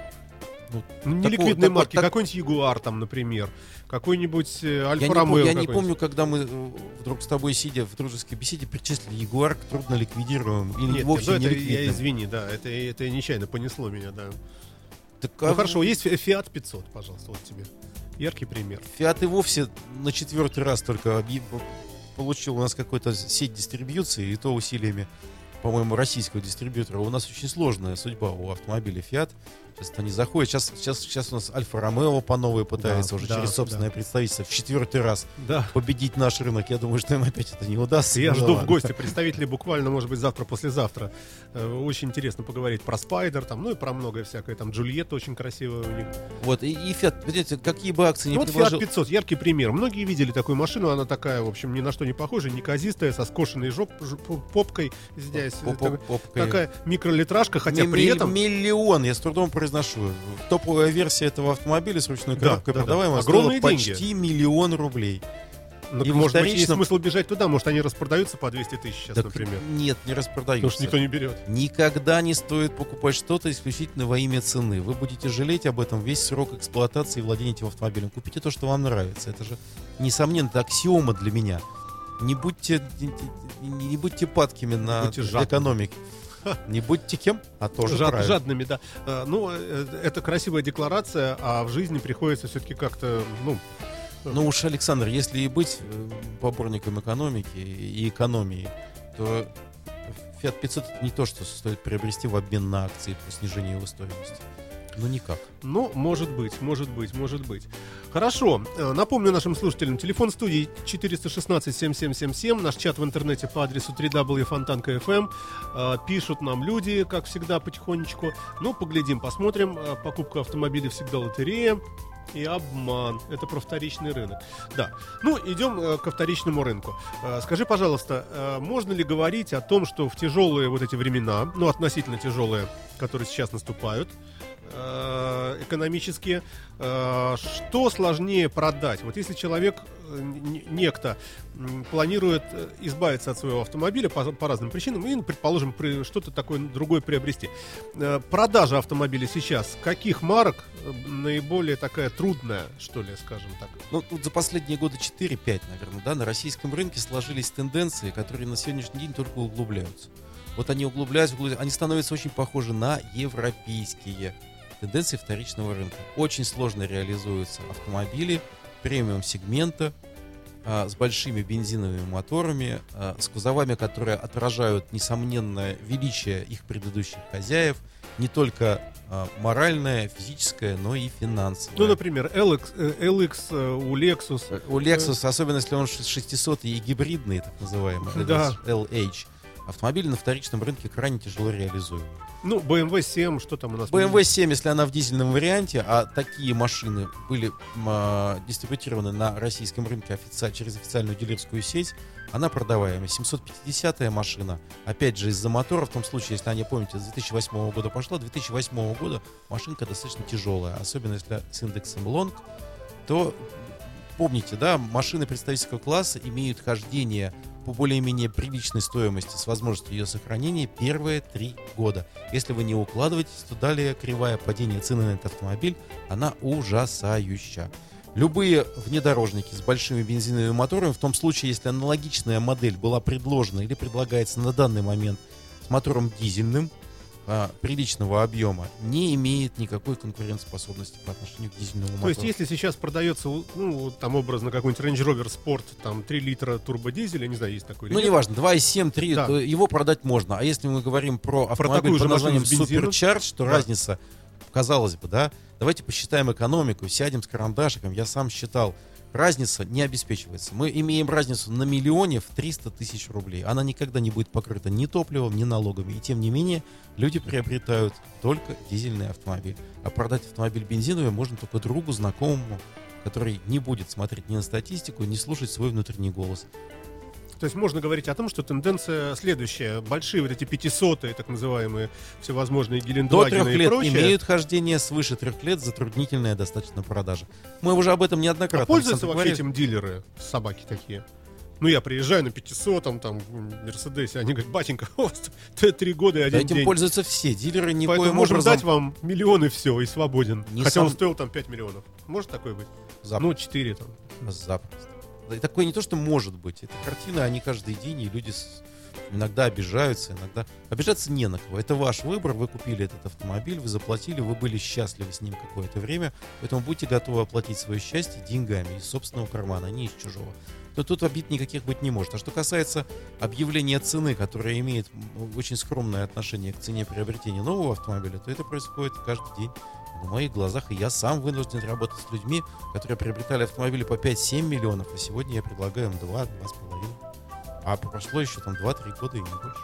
Ну, Ну, такого- неликвидные так- марки, так- какой-нибудь Ягуар там, например, какой-нибудь э, Я Альфа не, пом- Ромео. я не какой-нибудь. помню, когда мы э, вдруг с тобой, сидя в дружеской беседе, причислили Ягуар к трудно ликвидируемым или Нет, вовсе нет, ну, не это, я ликвидным. извини, да, это, это нечаянно понесло меня, да. Так, Ну а хорошо, есть Фи- Фиат пятьсот, пожалуйста, вот тебе. Яркий пример. Фиат и вовсе на четвертый раз только объ- получил у нас какой-то сеть дистрибьюции, и то усилиями, по-моему, российского дистрибьютора. У нас очень сложная судьба у автомобиля Фиат. Сейчас они заходят. Сейчас, сейчас, сейчас у нас Альфа Ромео по новой пытается Да, уже да, через собственное да. представительство в четвертый раз Да. победить наш рынок. Я думаю, что им опять это не удастся. Я Ну жду ладно. в гости представителей буквально, может быть, завтра-послезавтра. Э, Очень интересно поговорить про Спайдер, там, ну и про многое всякое. Там Джульетта очень красивая у них. Вот, и, и Фиат, видите, какие бы акции не Ну, вот предложил... Фиат пятьсот, яркий пример. Многие видели такую машину, она такая, в общем, ни на что не похожа, неказистая, со скошенной жоп, жоп- попкой, здесь. Поп- поп- попкой. Такая микролитражка, хотя Ми- при ми- этом... Миллион, я с трудом произношу. Топовая версия этого автомобиля с ручной Да, коробкой да, да. продаваемая Огромные стоила деньги. почти миллион рублей. Ну, и может быть, есть вторичном- смысл бежать туда, может, они распродаются по двести тысяч сейчас, Так например. нет, не распродаются. Потому что никто не берет. Никогда не стоит покупать что-то исключительно во имя цены. Вы будете жалеть об этом весь срок эксплуатации и владения этим автомобилем. Купите то, что вам нравится. Это же, несомненно, это аксиома для меня. Не будьте, не, не- не будьте падкими на будьте жадными. экономику. Не будьте кем, а тоже Жад- правильно. жадными, да. Э, Ну, э, это красивая декларация, а в жизни приходится все-таки как-то, ну, Ну уж, Александр, если и быть э, поборником экономики и экономии, то Fiat пятьсот это не то, что стоит приобрести в обмен на акции по снижению его стоимости. Ну никак. ну, может быть, может быть, может быть. Хорошо. Э, Напомню нашим слушателям, телефон студии четыреста шестнадцать семь семь семь семь, наш чат в интернете по адресу дабл ю дабл ю дабл ю точка фонтанка точка эф эм. Э, Пишут нам люди, как всегда, потихонечку. Ну, поглядим, посмотрим. Э, Покупка автомобиля всегда лотерея. И обман. Это про вторичный рынок. Да. Ну, идем э, ко вторичному рынку. Э, скажи, пожалуйста, э, можно ли говорить о том, что в тяжелые вот эти времена, ну, относительно тяжелые, которые сейчас наступают, э, экономические, э, что сложнее продать? Вот если человек, э, н- некто, м, планирует э, избавиться от своего автомобиля по, по разным причинам и, ну, предположим, при- что-то такое другое приобрести. Э, продажа автомобиля сейчас, каких марок э, наиболее такая трудная, что ли, скажем так? Ну, тут за последние года четыре-пять, наверное, да, на российском рынке сложились тенденции, которые на сегодняшний день только углубляются. Вот они углубляются, углубляются, они становятся очень похожи на европейские тенденции вторичного рынка. Очень сложно реализуются автомобили премиум-сегмента а, с большими бензиновыми моторами, а, с кузовами, которые отражают несомненное величие их предыдущих хозяев, не только а, моральное, физическое, но и финансовое. Ну, например, эл икс, э, эл икс э, у Lexus. У Lexus, особенно если он шестисот и гибридный, так называемый, Да. эл эйч, автомобили на вторичном рынке крайне тяжело реализуемы. Ну, бэ эм вэ семь, что там у нас? бэ эм вэ семь, если она в дизельном варианте, а такие машины были м, а, дистрибутированы на российском рынке офици- через официальную дилерскую сеть, она продаваемая. семьсот пятидесятая машина, опять же, из-за мотора, в том случае, если они, помните, с две тысячи восьмого года пошла, две тысячи восьмого года машинка достаточно тяжелая, особенно если с индексом Long, то помните, да, машины представительского класса имеют хождение по более-менее приличной стоимости с возможностью ее сохранения первые три года. Если вы не укладываетесь, то далее кривая падения цены на этот автомобиль, она ужасающая. Любые внедорожники с большими бензиновыми моторами, в том случае, если аналогичная модель была предложена или предлагается на данный момент с мотором дизельным, а, приличного объема, не имеет никакой конкурентоспособности по отношению к дизельному мотору. То есть, если сейчас продается, ну, вот там образно какой-нибудь Range Rover Sport, там три литра турбодизеля, не знаю, есть такой или Ну, нет. неважно, два и семь, три, Да. то его продать можно. А если мы говорим про автомобиль такую же под названием машину с бензином? Supercharge, то Да. разница, казалось бы, да, давайте посчитаем экономику, сядем с карандашиком, я сам считал, разница не обеспечивается. Мы имеем разницу на миллионе в триста тысяч рублей. Она никогда не будет покрыта ни топливом, ни налогами. И тем не менее, люди приобретают только дизельный автомобиль. А продать автомобиль бензиновый можно только другу, знакомому, который не будет смотреть ни на статистику, ни слушать свой внутренний голос. То есть можно говорить о том, что тенденция следующая. Большие вот эти пятисотые, так называемые, всевозможные До Гелендвагены трех и лет прочее. имеют хождение, свыше трех лет затруднительная достаточно продажа. Мы уже об этом неоднократно А пользуются Александр, вообще говорили. этим дилеры, собаки такие? Ну, я приезжаю на пятисотом, там, Мерседесе, они говорят, батенька, у вас три года и Да, один этим день. пользуются все дилеры, ни Поэтому коим можем образом. дать вам миллион и все, и свободен. Не Хотя сам- он стоил там пять миллионов. Может такое быть? Запад. Ну, четыре там. Запросто. Да, и такое не то, что может быть. Это картины, они каждый день, и люди с- иногда обижаются, иногда... Обижаться не на кого. Это ваш выбор, вы купили этот автомобиль, вы заплатили, вы были счастливы с ним какое-то время, поэтому будьте готовы оплатить свое счастье деньгами из собственного кармана, а не из чужого. То тут обид никаких быть не может. А что касается объявления цены, которая имеет м, очень скромное отношение к цене приобретения нового автомобиля, то это происходит каждый день на моих глазах, и я сам вынужден работать с людьми, которые приобретали автомобили по пять-семь миллионов, а сегодня я предлагаю им два-два с половиной. А прошло еще там два-три года и не больше.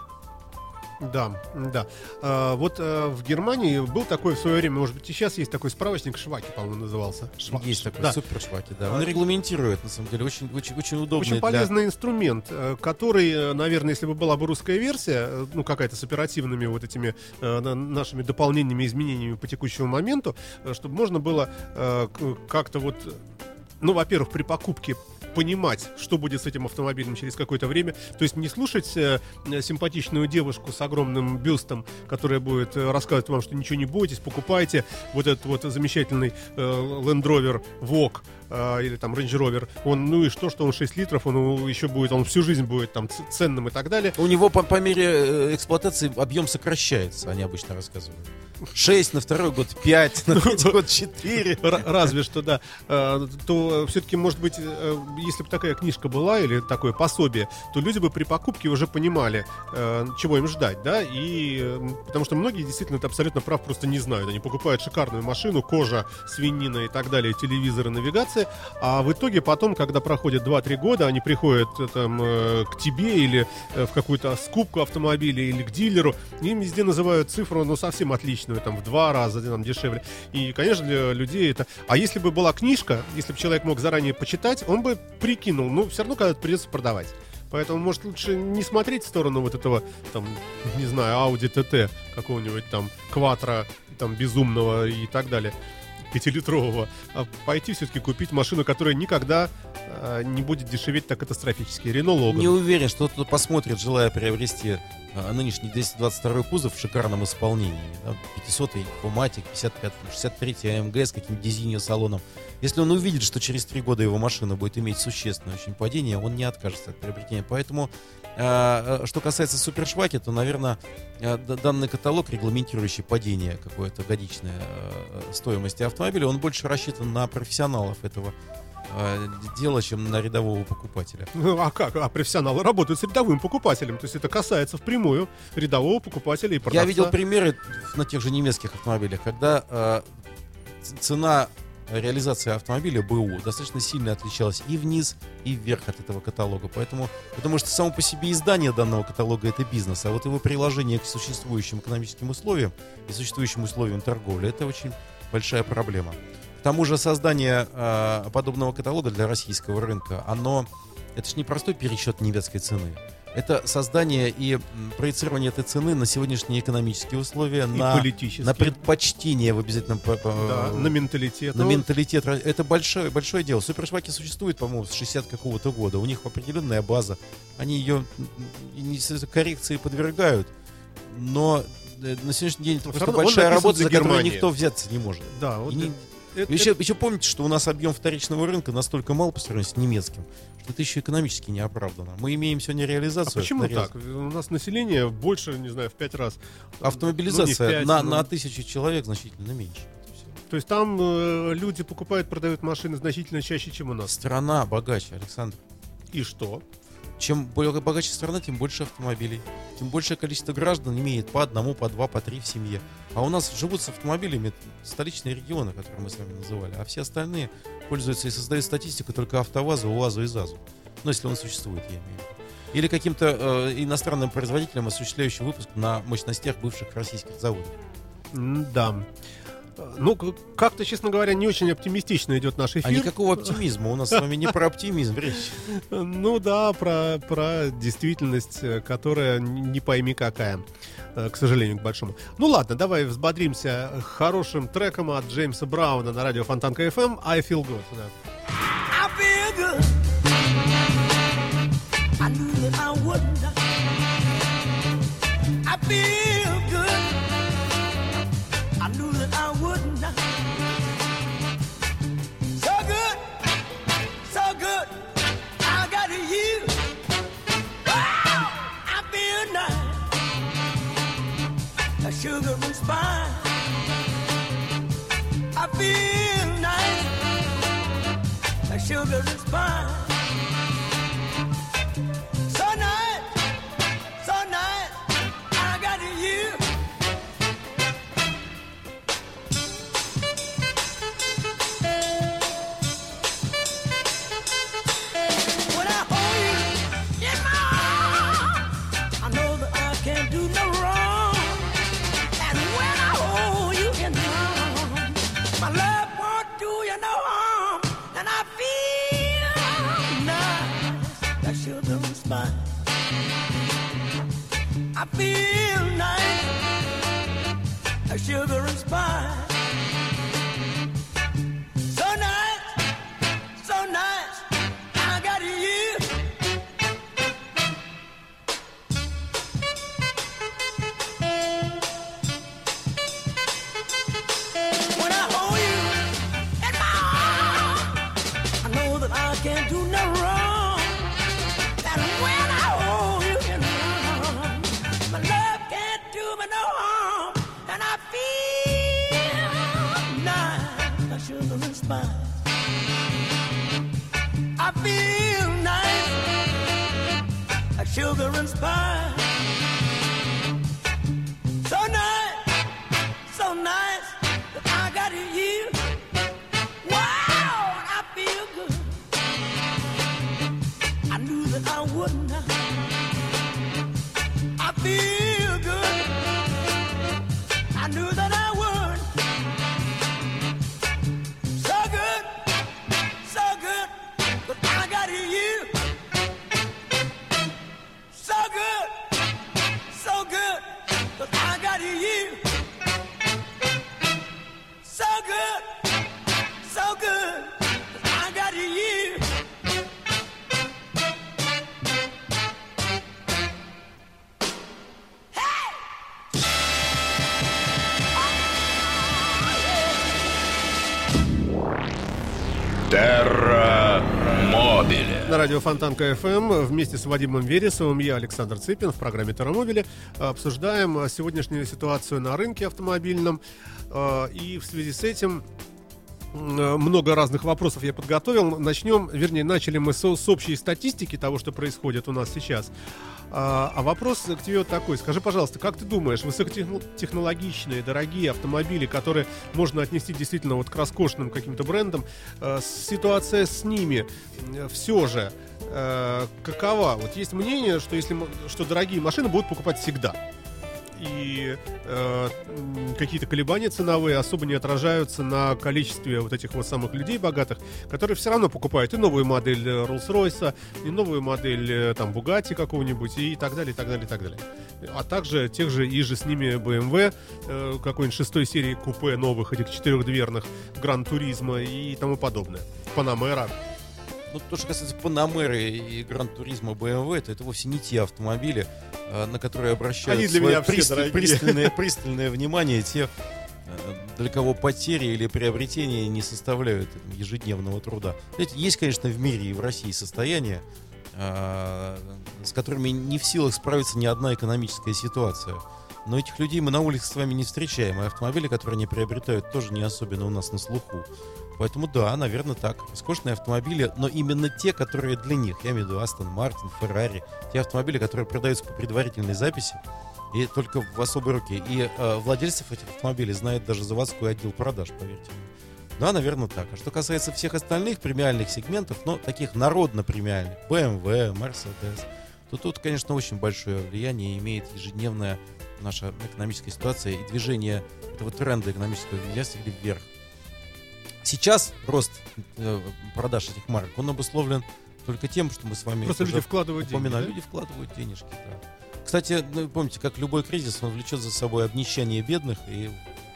Да, да. А, вот а, в Германии был такой в свое время, может быть, и сейчас есть такой справочник, Шваки, по-моему, назывался. Шва- Есть такой да. супершваки, да. Он регламентирует, на самом деле, очень, очень, очень удобный Очень для... полезный инструмент, э, который, э, наверное, если бы была бы русская версия, э, ну, какая-то с оперативными вот этими э, на- нашими дополнениями, изменениями по текущему моменту, э, чтобы можно было э, к- как-то вот, э, ну, во-первых, при покупке понимать, что будет с этим автомобилем через какое-то время. То есть не слушать э, симпатичную девушку с огромным бюстом, которая будет э, рассказывать вам, что ничего не бойтесь, покупайте вот этот вот замечательный э, Land Rover Vogue э, или там Range Rover. Он, ну и что, что он шесть литров, он еще будет, он всю жизнь будет там ц- ценным и так далее. У него по, по мере э, эксплуатации объем сокращается, они обычно рассказывают. шесть, на второй год пять, на третий год четыре. Р- Разве что, да. Э, То все-таки, может быть, э, если бы такая книжка была или такое пособие, то люди бы при покупке уже понимали, э, чего им ждать, да, и э, потому что многие действительно, ты абсолютно прав, просто не знают. Они покупают шикарную машину, кожа, свинина и так далее, телевизоры, навигация, а в итоге потом, когда проходит два-три года, они приходят э, там, э, к тебе или э, в какую-то скупку автомобиля или к дилеру, и им везде называют цифру, ну, совсем отличную, там, в два раза там, дешевле. И, конечно, для людей это... А если бы была книжка, если бы человек мог заранее почитать, он бы прикинул, ну, все равно когда-то придется продавать. Поэтому, может, лучше не смотреть в сторону вот этого, там, не знаю, Audi ти ти, какого-нибудь там, Quattro, там, безумного и так далее. пятилитрового, а пойти все-таки купить машину, которая никогда а, не будет дешеветь так катастрофически. Рено Логан. Не уверен, что кто-то посмотрит, желая приобрести а, нынешний двести двадцать второй кузов в шикарном исполнении. Да, пятисотый Фоматик, пятьдесят пятый, шестьдесят третий эй эм джи с каким-то дизайнером салоном. Если он увидит, что через три года его машина будет иметь существенное очень падение, он не откажется от приобретения. Поэтому, э, что касается супершваки, то, наверное, э, данный каталог, регламентирующий падение какое-то годичное э, стоимости автомобиля, он больше рассчитан на профессионалов этого э, дела, чем на рядового покупателя. Ну, а как? А профессионалы работают с рядовым покупателем. То есть это касается впрямую рядового покупателя и продавца. Я видел примеры на тех же немецких автомобилях, когда э, цена реализация автомобиля БУ достаточно сильно отличалась и вниз, и вверх от этого каталога. Поэтому, потому что само по себе издание данного каталога — это бизнес, а вот его приложение к существующим экономическим условиям и существующим условиям торговли — это очень большая проблема. К тому же создание э, подобного каталога для российского рынка, оно, это же не простой пересчет немецкой цены. Это создание и проецирование этой цены на сегодняшние экономические условия, и на, на предпочтение в обязательном... Да, на менталитет. На менталитет. Это большое, большое дело. Супершваки существуют, по-моему, с шестидесятого какого-то года. У них определенная база. Они ее коррекции подвергают, но на сегодняшний день это просто большая работа, за которую никто взяться не может. Да, вот не... Это, еще, это... еще помните, что у нас объем вторичного рынка настолько мал по сравнению с немецким, что это еще экономически неоправданно. Мы имеем сегодня реализацию. А почему реализ... так? У нас население больше, не знаю, в пять раз. Автомобилизация ну, пять, на, но... на тысячу человек значительно меньше. То есть там э, люди покупают, продают машины значительно чаще, чем у нас. Страна богаче, Александр. И что? Чем более богаче страна, тем больше автомобилей. Тем большее количество граждан имеет по одному, по два, по три в семье. А у нас живут с автомобилями столичные регионы, которые мы с вами называли. А все остальные пользуются и создают статистику только АвтоВАЗу, УАЗу и ЗАЗу. Ну, если он существует, я имею в виду. Или каким-то э, иностранным производителем, осуществляющим выпуск на мощностях бывших российских заводов. Да. Ну, как-то, честно говоря, не очень оптимистично идет наш эфир. А никакого оптимизма. У нас с вами не про оптимизм речь. Ну да, про, про действительность, которая не пойми какая, к сожалению, к большому. Ну ладно, давай взбодримся хорошим треком от Джеймса Брауна на радио Фонтанка эф эм «I Feel Good». Да. I feel good. I knew that I wouldn't. I feel good. I knew that I wouldn't. So good, so good, I got you. Wow, I feel nice, a sugar and spice. I feel nice, a sugar and spice. So nice, so nice, I got you. I feel nice, a sugar and spice. So nice, so nice, I got you. When I hold you in my arms, I know that I can't do no wrong. And when I hold you in my arms, my love can't do me no harm. And I feel nice, a sugar and spice. I feel nice, a sugar and spice. So nice, so nice that I got you. Wow, I feel good. I knew that I wouldn't. I feel good. I knew that I would. So good, so good, but I got you. So good, Терра Мобиле. На радио Фонтанка эф эм вместе с Вадимом Вересовым я, Александр Цыпин, в программе «Терромобили» обсуждаем сегодняшнюю ситуацию на рынке автомобильном. И в связи с этим много разных вопросов я подготовил. Начнем, вернее, начали мы с, с общей статистики того, что происходит у нас сейчас. А, а вопрос к тебе вот такой. Скажи, пожалуйста, как ты думаешь, высокотехнологичные, дорогие автомобили, которые можно отнести действительно вот к роскошным каким-то брендам, э, ситуация с ними все же э, какова? Вот есть мнение, что, если, что дорогие машины будут покупать всегда. И э, какие-то колебания ценовые особо не отражаются на количестве вот этих вот самых людей богатых, которые все равно покупают и новую модель Rolls-Royce, и новую модель там Bugatti какого-нибудь, и так далее, и так далее, и так далее. А также тех же, и же с ними бэ эм вэ, э, какой-нибудь шестой серии купе новых, этих четырехдверных, Gran Turismo и тому подобное. Panamera. Ну, то, что касается Панамеры и Гран Туризма бэ эм вэ, то это вовсе не те автомобили, на которые обращают Они для свое меня все присталь- дорогие. пристальное, пристальное внимание те, для кого потери или приобретения не составляют ежедневного труда. Знаете, есть, конечно, в мире и в России состояния, с которыми не в силах справиться ни одна экономическая ситуация. Но этих людей мы на улице с вами не встречаем, и автомобили, которые они приобретают, тоже не особенно у нас на слуху. Поэтому да, наверное, так. Роскошные автомобили, но именно те, которые для них. Я имею в виду Астон Мартин, Феррари. Те автомобили, которые продаются по предварительной записи и только в особой руке. И э, владельцев этих автомобилей знает даже заводской отдел продаж, поверьте. Да, наверное, так. А что касается всех остальных премиальных сегментов, ну, таких народно-премиальных, бэ эм вэ, Mercedes, то тут, конечно, очень большое влияние имеет ежедневная наша экономическая ситуация и движение этого тренда экономического вниз или вверх. Сейчас рост э, продаж этих марок, он обусловлен только тем, что мы с вами Просто люди вкладывают деньги, упоминали. да? Люди вкладывают денежки, да. Кстати, ну, помните, как любой кризис, он влечет за собой обнищание бедных и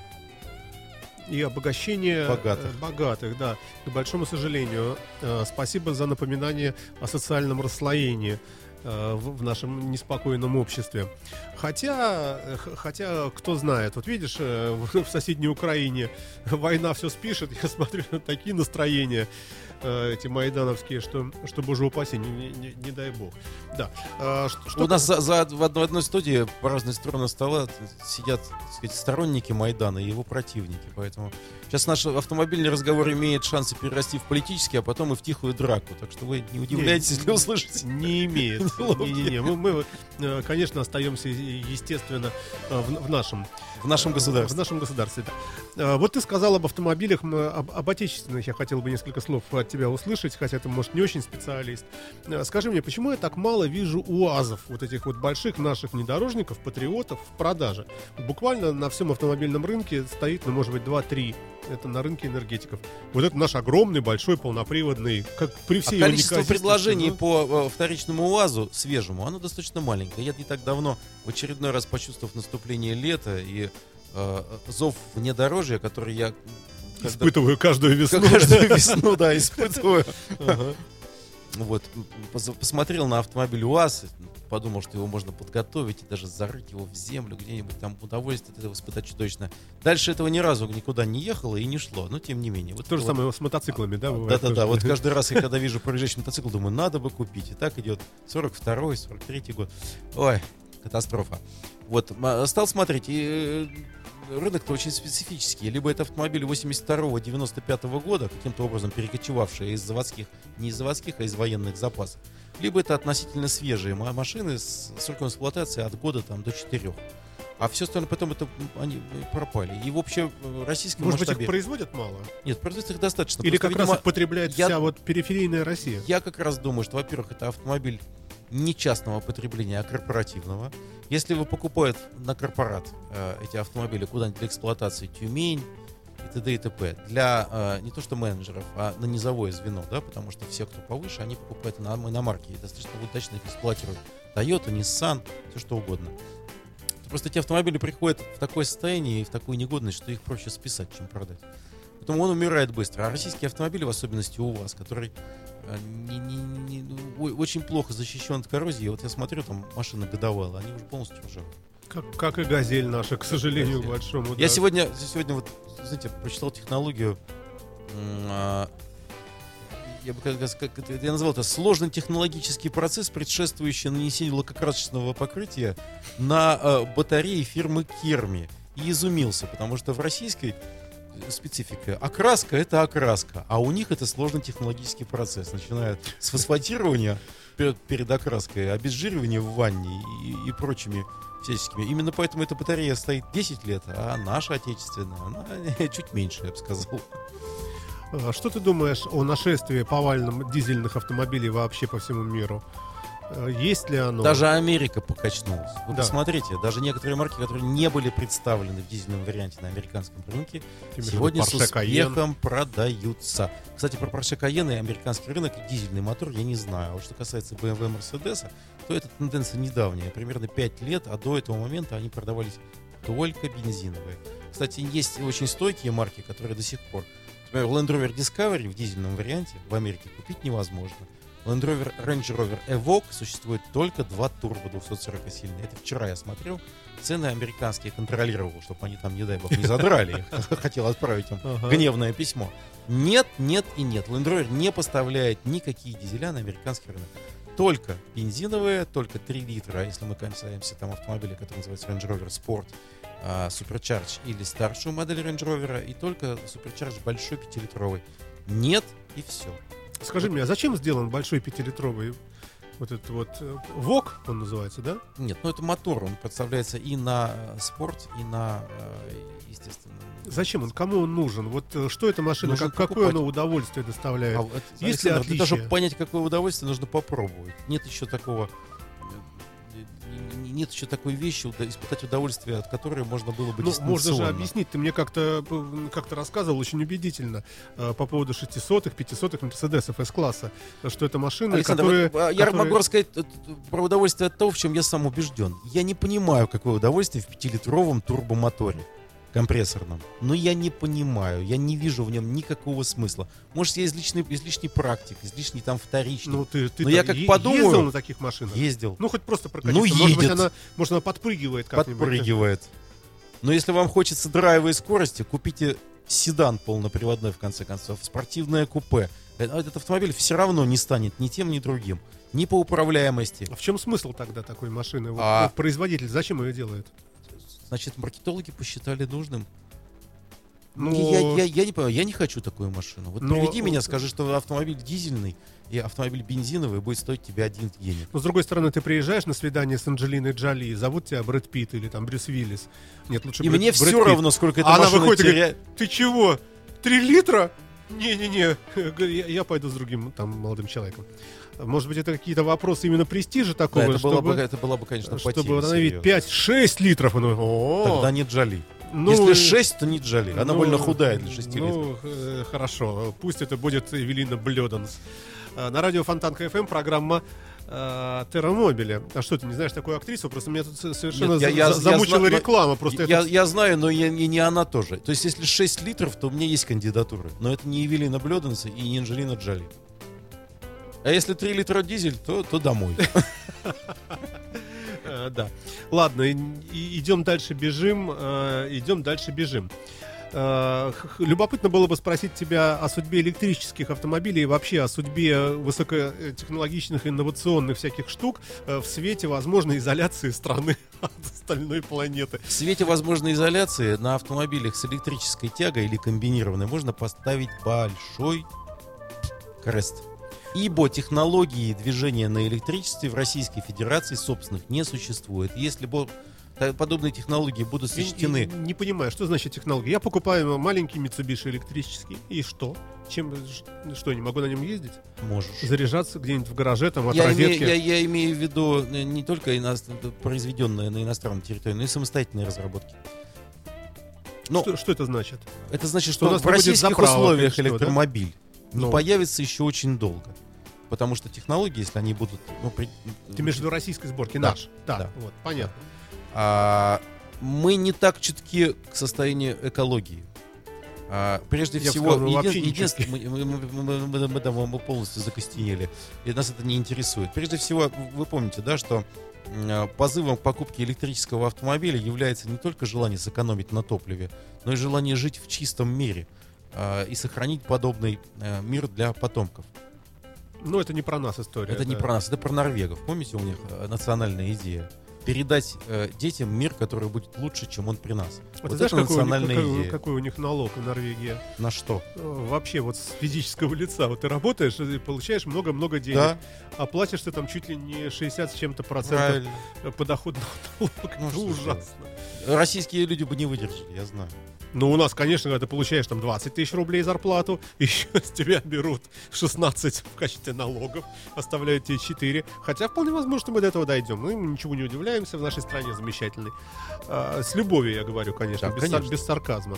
И обогащение Богатых. э, богатых, да. К большому сожалению. Э, спасибо за напоминание о социальном расслоении э, в, в нашем неспокойном обществе. Хотя, э, х- хотя, кто знает, вот видишь, э, в, в соседней Украине война все спишет, я смотрю на такие настроения, э, эти майдановские, что, что боже упаси, не, не- не- не дай бог. Да. Э, что- что у нас за, за- в одной, в одной студии по разные стороны стола сидят, так сказать, сторонники Майдана и его противники. Поэтому сейчас наш автомобильный разговор имеет шансы перерасти в политический, а потом и в тихую драку. Так что вы не удивляйтесь, Не, если услышите. Не имеет. Неловкие. Не-не-не. Мы, мы, э, конечно, остаемся, естественно, э, в, в нашем В нашем государстве. В нашем государстве, да. Э, Вот ты сказал об автомобилях, м, об, об отечественных. Я хотел бы несколько слов от тебя услышать, хотя ты, может, не очень специалист. Э, Скажи мне, почему я так мало вижу УАЗов, вот этих вот больших наших внедорожников, патриотов в продаже? Буквально на всем автомобильном рынке стоит, ну, может быть, два-три. Это на рынке энергетиков. Вот это наш огромный, большой, полноприводный, как при А всей его количество неказистости, предложений ну, по э, вторичному УАЗу свежему, оно достаточно маленькое. Я не так давно, в очередной раз почувствовав наступление лета и э, зов внедорожья, который я когда- испытываю каждую весну. каждую весну, да, испытываю. Ага. Вот, пос- посмотрел на автомобиль УАЗ, подумал, что его можно подготовить и даже зарыть его в землю где-нибудь, там удовольствие от этого испытать чудовищно. Дальше этого ни разу никуда не ехало и не шло, но тем не менее. Вот То же это вот- самое с мотоциклами, да? бывает Да-да-да, тоже? вот каждый раз, я когда вижу проезжающий мотоцикл, думаю, надо бы купить. И так идет сорок второй, сорок третий год. Ой, катастрофа. Вот, м, стал смотреть, и э, рынок-то очень специфический. Либо это автомобили восемьдесят второго девяносто пятого года, каким-то образом перекочевавшие из заводских, не из заводских, а из военных запасов. Либо это относительно свежие ма- машины с сроком эксплуатации от года там, до четырех. А все остальное потом это м, они пропали. И в общем э, российском Может быть, масштабе... их производят мало? Нет, производится их достаточно. Или Просто, как раз видимо, их потребляет я- вся вот периферийная Россия? Я как раз думаю, что, во-первых, это автомобиль не частного потребления, а корпоративного. Если вы покупают на корпорат э, эти автомобили куда-нибудь для эксплуатации, Тюмень и т.д. и т.п. Для э, не то что менеджеров, а на низовое звено, да, потому что все, кто повыше, они покупают на иномарки и достаточно удачно их эксплуатируют. Toyota, Nissan, все что угодно. Просто эти автомобили приходят в такое состояние и в такую негодность, что их проще списать, чем продать. Поэтому он умирает быстро. А российские автомобили, в особенности у вас, который э, не, не, не, ну, о- очень плохо защищен от коррозии. Вот я смотрю, там машина годовалая, они уже полностью ржавые. Как, как и «Газель» наша, к сожалению, «Газель». большому. Я да. сегодня, сегодня вот, знаете, прочитал технологию м, а, я бы как, как, как- я назвал это сложный технологический процесс, предшествующий нанесению лакокрасочного покрытия на э, батареи фирмы Керми. И изумился, потому что в российской специфика окраска — это окраска, а у них это сложный технологический процесс, начиная с фосфатирования перед, перед окраской, обезжиривания в ванне и, и прочими всяческими. Именно поэтому эта батарея стоит десять лет, а наша отечественная, она чуть меньше, я бы сказал. А что ты думаешь о нашествии повальном дизельных автомобилей вообще по всему миру? А, Есть ли оно? Даже Америка покачнулась. Вы Да. посмотрите, даже некоторые марки, которые не были представлены в дизельном варианте на американском рынке, Тем же сегодня с Porsche Cayenne. успехом продаются. Кстати, про Porsche Cayenne и американский рынок и дизельный мотор я не знаю. А вот что касается бэ эм вэ, Mercedes, то эта тенденция недавняя, примерно пять лет, а до этого момента они продавались только бензиновые. Кстати, есть очень стойкие марки, которые до сих пор. Например, Land Rover Discovery в дизельном варианте в Америке купить невозможно. Land Rover Range Rover Evoque существует только два турбо двухсот сорокосильные. Это вчера я смотрел. Цены американские контролировал, чтобы они там, не дай бог, не задрали. Я хотел отправить им Ага. гневное письмо. Нет, нет и нет. Land Rover не поставляет никакие дизеля на американский рынок. Только бензиновые, только три литра. Если мы касаемся там автомобиля, который называется Range Rover Sport, а, Supercharge или старшую модель Range Rover, и только Supercharge большой пятилитровый. Нет и все. Скажи мне, а зачем сделан большой пятилитровый вот этот вот э, ВОК, он называется, да? Нет, ну это мотор, он подставляется и на э, спорт, и на, э, естественно... Зачем он? Кому он нужен? Вот э, что эта машина, Нужно как, какое покупать. оно удовольствие доставляет? А вот, Есть ли Александр, для того, чтобы отличия? понять, какое удовольствие, нужно попробовать. Нет еще такого... э, н- н- Нет еще такой вещи, уда- испытать удовольствие, от которой можно было бы Ну, можно же дистанционно. объяснить, ты мне как-то э, как-то рассказывал очень убедительно э, по поводу шестисотых, пятисотых Мерседесов С-класса, что это машины, Александр, которые... вот, а, я которые- могу рассказать э, т- про удовольствие от того, в чем я сам убежден. Я не понимаю, какое удовольствие в пятилитровом турбомоторе компрессорном. Но я не понимаю, я не вижу в нем никакого смысла. Может, я излишний, излишний практик, излишний там вторичный. Ну, ты, ты Но я там как е- подумаю- ездил на таких машинах? Ездил, Ну, хоть просто прокатиться. Ну, Может быть, едет. она, может, она подпрыгивает как-нибудь. подпрыгивает. Но если вам хочется драйва и скорости, купите седан полноприводной, в конце концов, спортивное купе. Э, Этот автомобиль все равно не станет ни тем, ни другим. Ни по управляемости. А в чем смысл тогда такой машины? Вот, А- вот производитель зачем ее делает? Значит, маркетологи посчитали нужным. Ну, Я, я, я не понимаю, я не хочу такую машину. Вот Но- приведи меня, скажи, что автомобиль дизельный и автомобиль бензиновый будет стоить тебе один денег. Но, с другой стороны, ты приезжаешь на свидание с Анджелиной Джоли, зовут тебя Брэд Питт или там Брюс Уиллис. Нет, лучше И Брэд- мне Брэд все Питт. равно, сколько эта А она машина выходит и теряет. говорит, ты чего? Три литра? Не-не-не, я, я пойду с другим там молодым человеком. Может быть, это какие-то вопросы именно престижа Да, такого, это, была чтобы, бы, это была бы, конечно, чтобы потеря. установить серьезная. пять-шесть литров. Ну, о, Тогда не Джоли. ну, Если шесть, то не Джоли. Она ну, больно худая для шести литров. Ну, э, хорошо, пусть это будет Эвелина Блёданс. Э, На радио Фонтанка эф эм программа э, Террамобиля. А что, ты не знаешь такую актрису? Просто меня тут с- совершенно Нет, я- за- я- за- я замучила знаю, но- реклама. Просто я, это- я знаю, но я- и не она тоже. То есть, если шесть литров, то у меня есть кандидатуры. Но это не Эвелина Блёданс и не Анджелина Джоли. А если три литра дизель, то, то домой. Э, Да. Ладно, и- и- идем дальше, бежим. э, Идем дальше, бежим. Э, х- х- Любопытно было бы спросить тебя о судьбе электрических автомобилей и вообще о судьбе высокотехнологичных инновационных всяких штук э, в свете возможной изоляции страны от остальной планеты. В свете возможной изоляции на автомобилях с электрической тягой или комбинированной можно поставить большой крест. Ибо технологии движения на электричестве в Российской Федерации собственных не существует. Если бы та- подобные технологии будут Я- сочтены... я Не понимаю, что значит технология. Я покупаю маленький Mitsubishi электрический. И что? Чем, ш- что, я не могу на нем ездить? Можешь. Заряжаться где-нибудь в гараже, там, от Я розетки? имею, я, я имею в виду э, не только ино- произведенные на иностранной территории, но и самостоятельные разработки. Но Что, что это значит? это значит, что что, у нас в не будет российских заправок условиях или что, да? электромобиль не Ну. появится еще очень долго. Потому что технологии, если они будут... Ну, при- Ты имеешь в виду российской сборки? Да, Наш. Да, да. вот, понятно. а, мы не так чутки к состоянию экологии. А, прежде Я бы всего, сказал, мы вообще един- не единственное- мы, мы- мы- мы- мы- мы там, мы полностью закостенели, и нас это не интересует. Прежде всего, вы помните, да, что м, позывом к покупке электрического автомобиля является не только желание сэкономить на топливе, но и желание жить в чистом мире а, и сохранить подобный а, мир для потомков. Ну, это не про нас история. Это не про нас, это про норвегов. Помните, у них э, национальная идея? Передать э, детям мир, который будет лучше, чем он при нас. А Вот ты знаешь, это какой у, них, национальная какой, идея. какой у них налог в Норвегии? На что? Э, Вообще вот с физического лица. Вот ты работаешь и получаешь много-много денег. Да. А платишь ты там чуть ли не шестьдесят с чем-то процентов Правильно. подоходного налога. Ну, Это что ужасно. Российские люди бы не выдержали, я знаю. Ну, у нас, конечно, когда ты получаешь там двадцать тысяч рублей зарплату, еще с тебя берут шестнадцать в качестве налогов, оставляют тебе четыре. Хотя вполне возможно, что мы до этого дойдем. Мы ничего не удивляемся, в нашей стране замечательной. А, с любовью я говорю, конечно, Да, без, конечно. сар- без сарказма.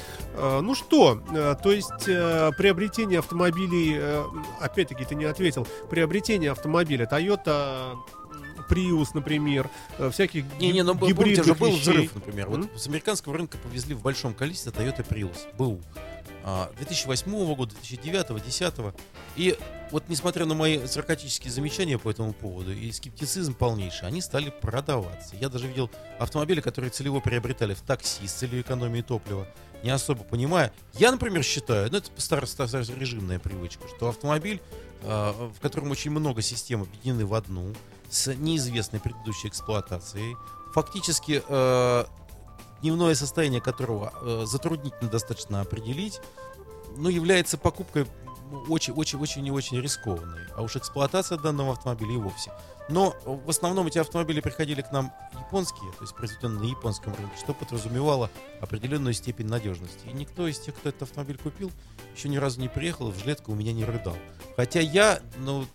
А, ну что, а, то есть а, приобретение автомобилей, а, опять-таки ты не ответил, приобретение автомобиля Toyota Prius, например, а, всяких Не-не, но был- гибридных помните же, был вещей. взрыв, например. М? Вот с американского рынка повезли в большом количестве Toyota Prius. БУ. А, две тысячи восьмого года, две тысячи девятого, две тысячи десятого. И вот несмотря на мои саркастические замечания по этому поводу и скептицизм полнейший, они стали продаваться. Я даже видел автомобили, которые целево приобретали в такси с целью экономии топлива, не особо понимая. Я, например, считаю, ну это старо- старорежимная привычка, что автомобиль, а, в котором очень много систем объединены в одну, с неизвестной предыдущей эксплуатацией, фактически э, дневное состояние которого э, затруднительно достаточно определить, но является покупкой очень-очень-очень и очень рискованной. А уж эксплуатация данного автомобиля и вовсе. Но в основном эти автомобили приходили к нам японские, то есть произведенные на японском рынке, что подразумевало определенную степень надежности. И никто из тех, кто этот автомобиль купил, еще ни разу не приехал и в жилетку у меня не рыдал. Хотя я, ну,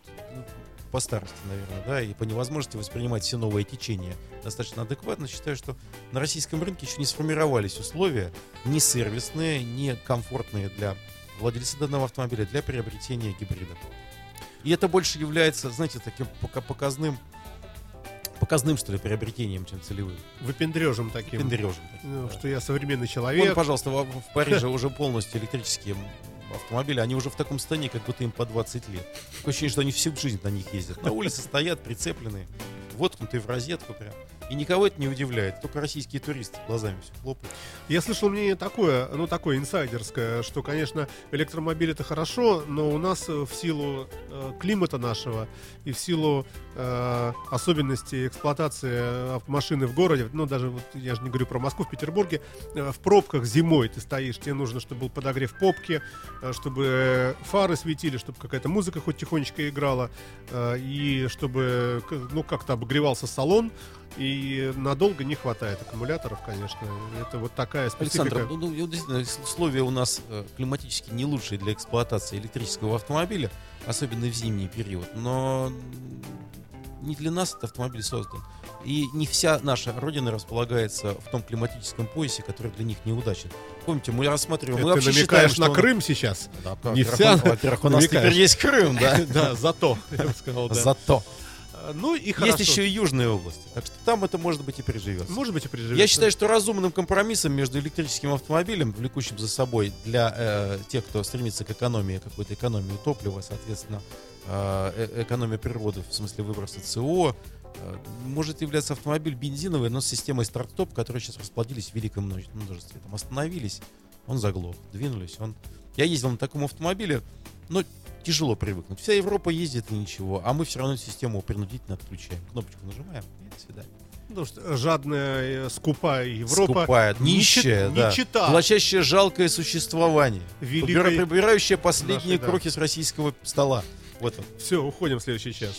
по старости, наверное, да, и по невозможности воспринимать все новые течения достаточно адекватно, считаю, что на российском рынке еще не сформировались условия ни сервисные, ни комфортные для владельца данного автомобиля для приобретения гибрида. И это больше является, знаете, таким пока- показным, показным, что ли, приобретением, чем целевым. Выпендрежем таким. Пендрежем. Ну, что я современный человек. Вон, пожалуйста, в, в Париже уже полностью электрические автомобили, они уже в таком состоянии, как будто им по двадцать лет. Такое ощущение, что они всю жизнь на них ездят. На улице стоят, прицепленные, воткнутые в розетку прям. И никого это не удивляет, только российские туристы глазами все хлопают. Я слышал мнение такое, ну такое инсайдерское, что, конечно, электромобиль это хорошо, но у нас э, в силу э, климата нашего и в силу э, особенностей эксплуатации э, машины в городе, ну даже вот, я же не говорю про Москву, в Петербурге, э, в пробках зимой ты стоишь, тебе нужно, чтобы был подогрев попки, э, чтобы фары светили, чтобы какая-то музыка хоть тихонечко играла, э, и чтобы, к- ну как-то обогревался салон. И надолго не хватает аккумуляторов, конечно. Это вот такая специфика. Александр, ну, ну, действительно, условия у нас э, климатически не лучшие для эксплуатации электрического автомобиля, особенно в зимний период. Но не для нас этот автомобиль создан. И не вся наша родина располагается в том климатическом поясе, который для них неудачен. Помните, мы рассматриваем... мы Ты вообще намекаешь считаем, на что... Крым сейчас? Да, Не во-первых, вся, он- во-первых, у нас намекаешь. теперь есть Крым, да? Да, зато, я бы сказал, да. Зато. Ну и Есть хорошо. еще и южные области, так что там это, может быть, и приживется. Может быть, и приживется. Я считаю, что разумным компромиссом между электрическим автомобилем, влекущим за собой для э, тех, кто стремится к экономии, какой-то экономии топлива, соответственно, э, э- экономия природы, в смысле выброса СО, э, может являться автомобиль бензиновый, но с системой старт-стоп, которые сейчас расплодились в великом множе- множестве. Там остановились, он заглох, двинулись, он... Я ездил на таком автомобиле, но тяжело привыкнуть. Вся Европа ездит и ничего, а мы все равно систему принудительно отключаем. Кнопочку нажимаем, и до свидания. Потому что жадная, э, скупая Европа. Скупая, не нищая, чит- да. не чита. Влачащая жалкое существование. Великой Убира- Прибирающая последние нашей, да. крохи с российского стола. Вот он. Все, уходим в следующий час.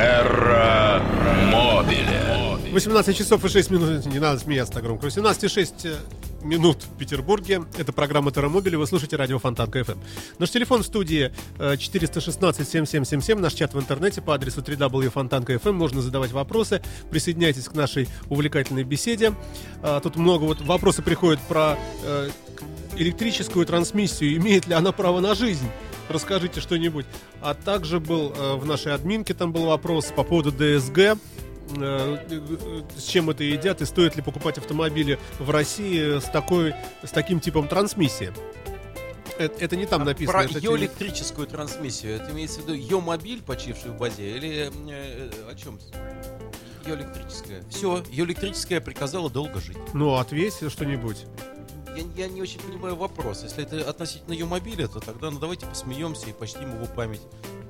Терра Мобиле. восемнадцать часов и шесть минут. Не надо смеяться так громко. восемнадцать и шесть минут в Петербурге. Это программа Террамобили. Вы слушаете радио Фонтанка эф эм. Наш телефон в студии э, четыреста шестнадцать семь семь семь семь. Наш чат в интернете по адресу дабл ю дабл ю дабл ю точка фонтанка точка эф эм. Можно задавать вопросы. Присоединяйтесь к нашей увлекательной беседе. А, тут много вот вопросы приходят про э, электрическую трансмиссию. Имеет ли она право на жизнь? Расскажите что-нибудь. А также был э, в нашей админке там был вопрос по поводу дэ эс гэ. С чем это едят и стоит ли покупать автомобили в России с такой, с таким типом трансмиссии? Это, это не там написано. Про это ее те- электрическую трансмиссию. Это имеется в виду ее мобиль, почивший в базе, или э, о чем? Ее электрическая. Все, ее электрическая приказала долго жить. Ну, ответь что-нибудь. Я, я не очень понимаю вопрос. Если это относительно ее мобиля, то тогда ну давайте посмеемся и почтим его память.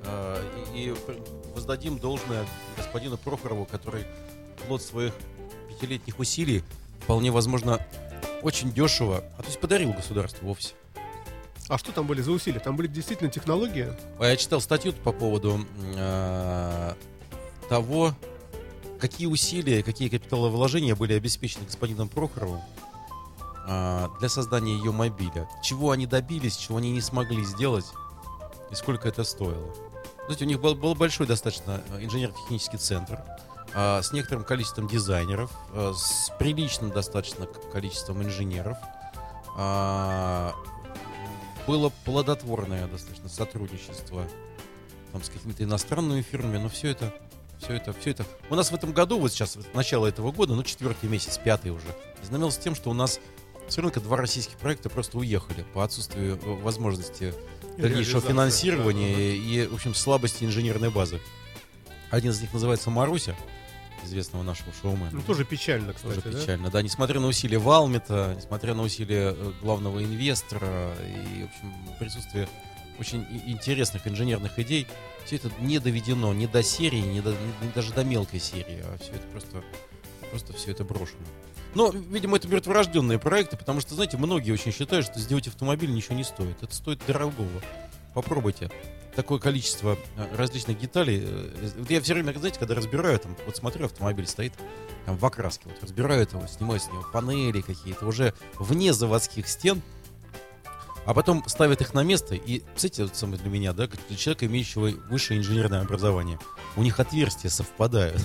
э, и, и воздадим должное господину Прохорову, который плод своих пятилетних усилий вполне возможно очень дешево, а то есть подарил государству вовсе. А что там были за усилия? Там были действительно технологии? А я читал статью по поводу э, того, какие усилия, какие капиталовложения были обеспечены господином Прохоровым э, для создания ее мобиля. Чего они добились, чего они не смогли сделать и сколько это стоило. Знаете, у них был, был большой достаточно инженерно-технический центр э, с некоторым количеством дизайнеров, э, с приличным достаточно количеством инженеров. Э, было плодотворное достаточно сотрудничество там, с какими-то иностранными фирмами, но все это, все это, все это. У нас в этом году, вот сейчас, вот, начало этого года, ну, четвертый месяц, пятый уже, знаменовался тем, что у нас с рынка два российских проекта просто уехали по отсутствию возможности дальнейшего финансирования да, и, в общем, слабости инженерной базы. Один из них называется «Маруся», известного нашего шоумена. Ну, тоже печально, кстати, Тоже да? печально, да, несмотря на усилия Валмета, несмотря на усилия главного инвестора и, в общем, присутствие очень интересных инженерных идей, все это не доведено ни до серии, ни, до, ни даже до мелкой серии, а все это просто, просто все это брошено. Но, видимо, это мертворожденные проекты, потому что, знаете, многие очень считают, что сделать автомобиль ничего не стоит. Это стоит дорогого. Попробуйте. Такое количество различных деталей. Я все время, знаете, когда разбираю, там, вот смотрю, автомобиль стоит там, в окраске, вот разбираю его, снимаю с него панели какие-то, уже вне заводских стен, а потом ставят их на место, и, кстати, вот самое для меня, да, для человека, имеющего высшее инженерное образование, у них отверстия совпадают.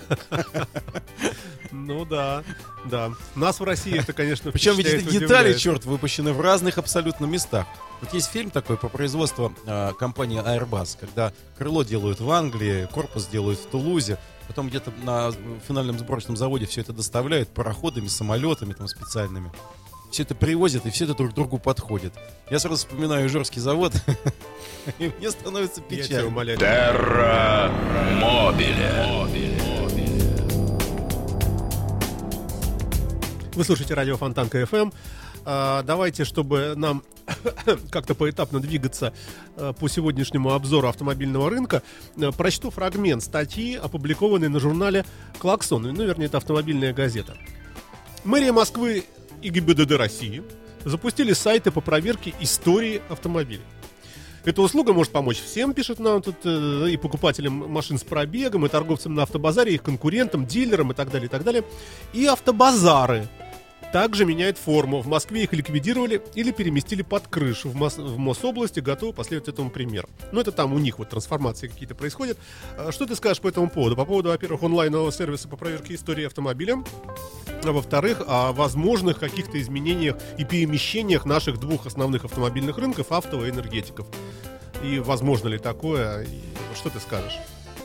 Ну да, да. Нас в России это, конечно, причем ведь эти впечатляет, детали, удивляет. черт, выпущены в разных абсолютно местах. Вот есть фильм такой по производству э, компании Airbus, когда крыло делают в Англии, корпус делают в Тулузе, потом где-то на финальном сборочном заводе все это доставляют пароходами, самолетами там специальными. Все это привозят, и все это друг другу подходит. Я сразу вспоминаю Ижорский завод, и мне становится Я тебя печально. умоляю. Терра Мобиле. Вы слушаете радио Фонтанка эф эм. А, давайте, чтобы нам как-то поэтапно двигаться а, по сегодняшнему обзору автомобильного рынка, а, прочту фрагмент статьи, опубликованной на журнале «Клаксон». Ну, вернее, это автомобильная газета. Мэрия Москвы и ГИБДД России запустили сайты по проверке истории автомобилей. Эта услуга может помочь всем, пишет нам тут, э, и покупателям машин с пробегом, и торговцам на автобазаре, и их конкурентам, дилерам и так далее, и так далее. И автобазары также меняют форму. В Москве их ликвидировали или переместили под крышу. В, Мос- в Мособласти готовы последовать этому примеру. Ну, это там у них вот трансформации какие-то происходят. А что ты скажешь по этому поводу? По поводу, во-первых, онлайнового сервиса по проверке истории автомобиля. А во-вторых, о возможных каких-то изменениях и перемещениях наших двух основных автомобильных рынков, авто и энергетиков. И возможно ли такое? И что ты скажешь?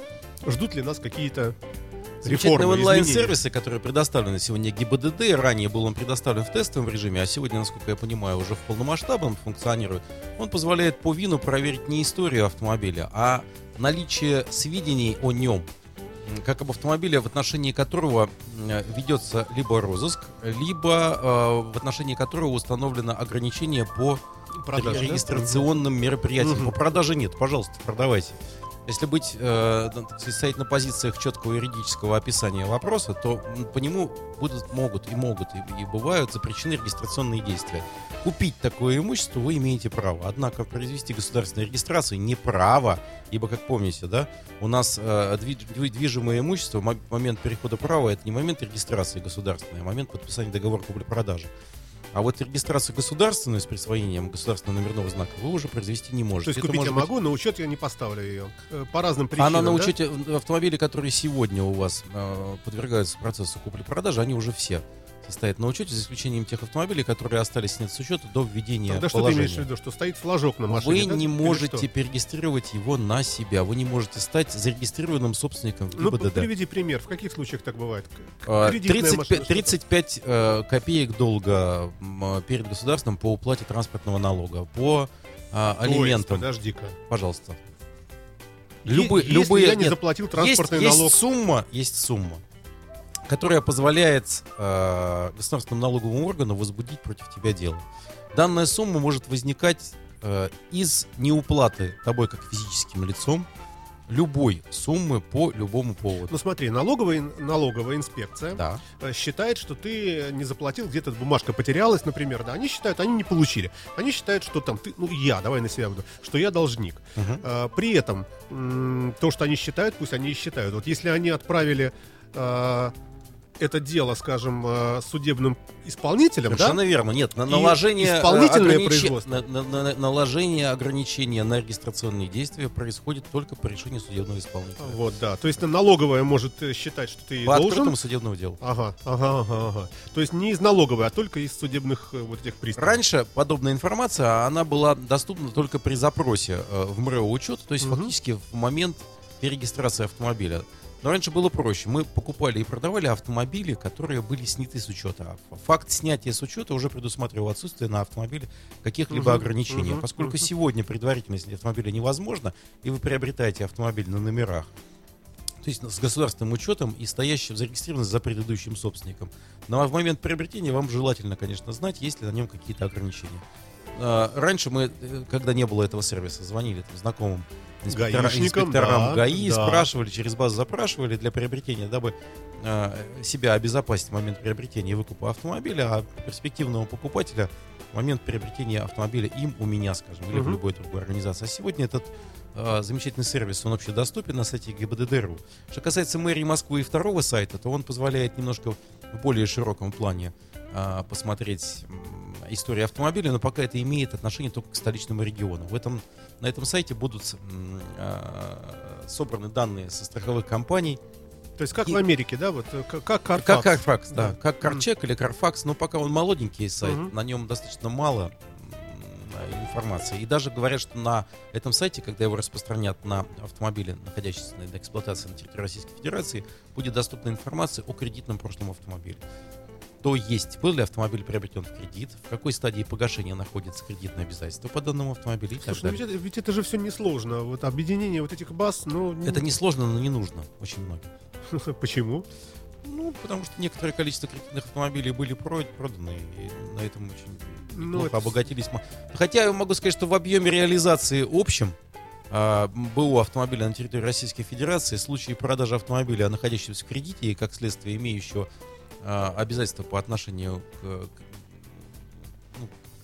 Ждут ли нас какие-то Замечательные реформы, онлайн-сервисы, которые предоставлены сегодня ГИБДД. Ранее был он предоставлен в тестовом режиме, а сегодня, насколько я понимаю, уже в полномасштабном функционирует. Он позволяет по ВИНу проверить не историю автомобиля, а наличие сведений о нем, как об автомобиле, в отношении которого ведется либо розыск, либо э, в отношении которого установлено ограничение по Продажи, регистрационным да? мероприятиям. Угу. По продаже нет, пожалуйста, продавайте. Если быть, э, стоять на позициях четкого юридического описания вопроса, то по нему будут, могут и могут, и, и бывают запрещены регистрационные действия. Купить такое имущество вы имеете право. Однако произвести государственную регистрацию не право, ибо, как помните, да, у нас э, движимое имущество, момент перехода права, это не момент регистрации государственной, а момент подписания договора купли-продажи. А вот регистрацию государственную с присвоением государственного номерного знака вы уже произвести не можете. То есть Это купить я может быть... могу, на учет я не поставлю ее. По разным причинам, Она на да? учете автомобилей, которые сегодня у вас э, подвергаются процессу купли-продажи, они уже все состоят на учете, за исключением тех автомобилей, которые остались снять с учета до введения Тогда положения. что ты имеешь в виду? Что стоит флажок на машине, Вы да? не Или можете что? перерегистрировать его на себя. Вы не можете стать зарегистрированным собственником в Ну, ГИБДД. приведи пример. В каких случаях так бывает? А, Кредитная тридцать машина, пять, что-то. тридцать пять э, копеек долга м, перед государством по уплате транспортного налога, по а, То есть, алиментам. подожди-ка. Пожалуйста. Е- Любые, если любые, я не нет, заплатил есть, транспортный есть налог, сумма, есть сумма, которая позволяет э, государственному налоговому органу возбудить против тебя дело. Данная сумма может возникать э, из неуплаты тобой как физическим лицом любой суммы по любому поводу. Ну смотри, налоговая, налоговая инспекция Да. э, считает, что ты не заплатил, где-то бумажка потерялась, например, да, они считают, они не получили. Они считают, что там ты, ну я, давай на себя буду, что я должник. Мгм. Э, при этом м, то, что они считают, пусть они и считают. Вот если они отправили э, это дело, скажем, э, судебным исполнителям, Совершенно да? верно. Нет, на И наложение, исполнительное ограниче- производство. на- на- на- наложение ограничения на регистрационные действия происходит только по решению судебного исполнителя. Вот, да. То есть налоговая может э, считать, что ты По должен. открытому судебному делу. Ага, ага, ага, ага. То есть не из налоговой, а только из судебных э, вот этих приставов. Раньше подобная информация, она была доступна только при запросе э, в МРЭО-учет, то есть Мгм. фактически в момент перерегистрации автомобиля. Но раньше было проще. Мы покупали и продавали автомобили, которые были сняты с учета. А факт снятия с учета уже предусматривал отсутствие на автомобиле каких-либо Мгм, ограничений. мгм, Поскольку мгм. сегодня предварительно снять автомобиля невозможно, и вы приобретаете автомобиль на номерах, то есть с государственным учетом и стоящим зарегистрированным за предыдущим собственником. Но в момент приобретения вам желательно, конечно, знать, есть ли на нем какие-то ограничения. А, Раньше мы, э, когда не было этого сервиса, звонили там, знакомым инспектора- Гаишникам, инспекторам да, ГАИ, да. спрашивали, через базу запрашивали для приобретения, дабы э, себя обезопасить в момент приобретения и выкупа автомобиля, а перспективного покупателя в момент приобретения автомобиля им, у меня, скажем, или в Мгм. любой другой организации. А сегодня этот э, замечательный сервис, он общедоступен на сайте ГИБДД.ру. Что касается мэрии Москвы и второго сайта, то он позволяет немножко в более широком плане э, посмотреть м, историю автомобиля, но пока это имеет отношение только к столичному региону. В этом, на этом сайте будут м, э, собраны данные со страховых компаний. То есть как И- в Америке, да, вот э, как как Carfax. Как Carfax, да. Да. Как Карчек или Carfax, но пока он молоденький сайт, Мгм. на нем достаточно мало м, информации. И даже говорят, что на этом сайте, когда его распространят на автомобили, находящиеся на эксплуатации на территории Российской Федерации, будет доступна информация о кредитном прошлом автомобиля. То есть, был ли автомобиль приобретен в кредит, в какой стадии погашения находится кредитное обязательство по данному автомобилю и так Слушай, ну далее. ведь, это, ведь это же все несложно. Вот объединение вот этих баз, ну... Это несложно, но не нужно очень многим. Почему? Ну, потому что некоторое количество кредитных автомобилей были про- проданы, и на этом очень Ну, неплохо это- обогатились. мо- Хотя я могу сказать, что в объеме реализации общем а, БУ автомобиля на территории Российской Федерации случаи продажи автомобиля, находящегося в кредите и, как следствие, имеющего а, обязательства по отношению к, к, ну,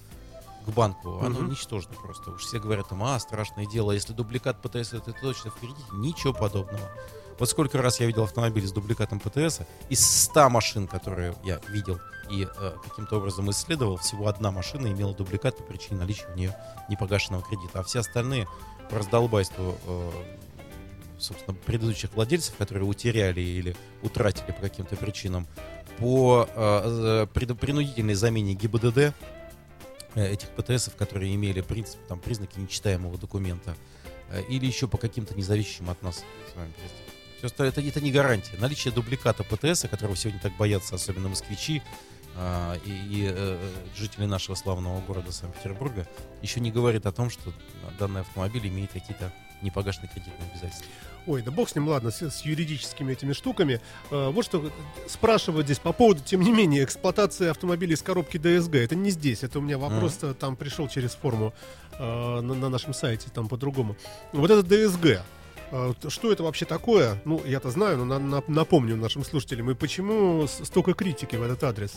к банку, оно Мгм. ничтожно просто. Уж все говорят, там, а, страшное дело, если дубликат ПТС, это точно в кредите. Ничего подобного. Вот сколько раз я видел автомобиль с дубликатом ПТС, из ста машин, которые я видел и э, каким-то образом исследовал, всего одна машина имела дубликат по причине наличия у нее непогашенного кредита, а все остальные по раздолбайству э, собственно, предыдущих владельцев, которые утеряли или утратили по каким-то причинам, по э, пред- принудительной замене ГИБДД э, этих ПТСов, которые имели принцип, там, признаки нечитаемого документа, э, или еще по каким-то независящим от нас с вами признакам. Все остальное это, это не гарантия. Наличие дубликата ПТС, которого сегодня так боятся, особенно москвичи а, и, и э, жители нашего славного города Санкт-Петербурга, еще не говорит о том, что данный автомобиль имеет какие-то непогашенные кредитные обязательства. Ой, да бог с ним, ладно, с, с юридическими этими штуками. Э, вот что спрашивают здесь по поводу, тем не менее, эксплуатации автомобилей с коробки ДСГ. Это не здесь, это у меня вопрос mm. там пришел через форму э, на, на нашем сайте, там по-другому. Вот это ДСГ. Э, что это вообще такое? Ну, я-то знаю, но на, на, напомню нашим слушателям. И почему с- столько критики в этот адрес?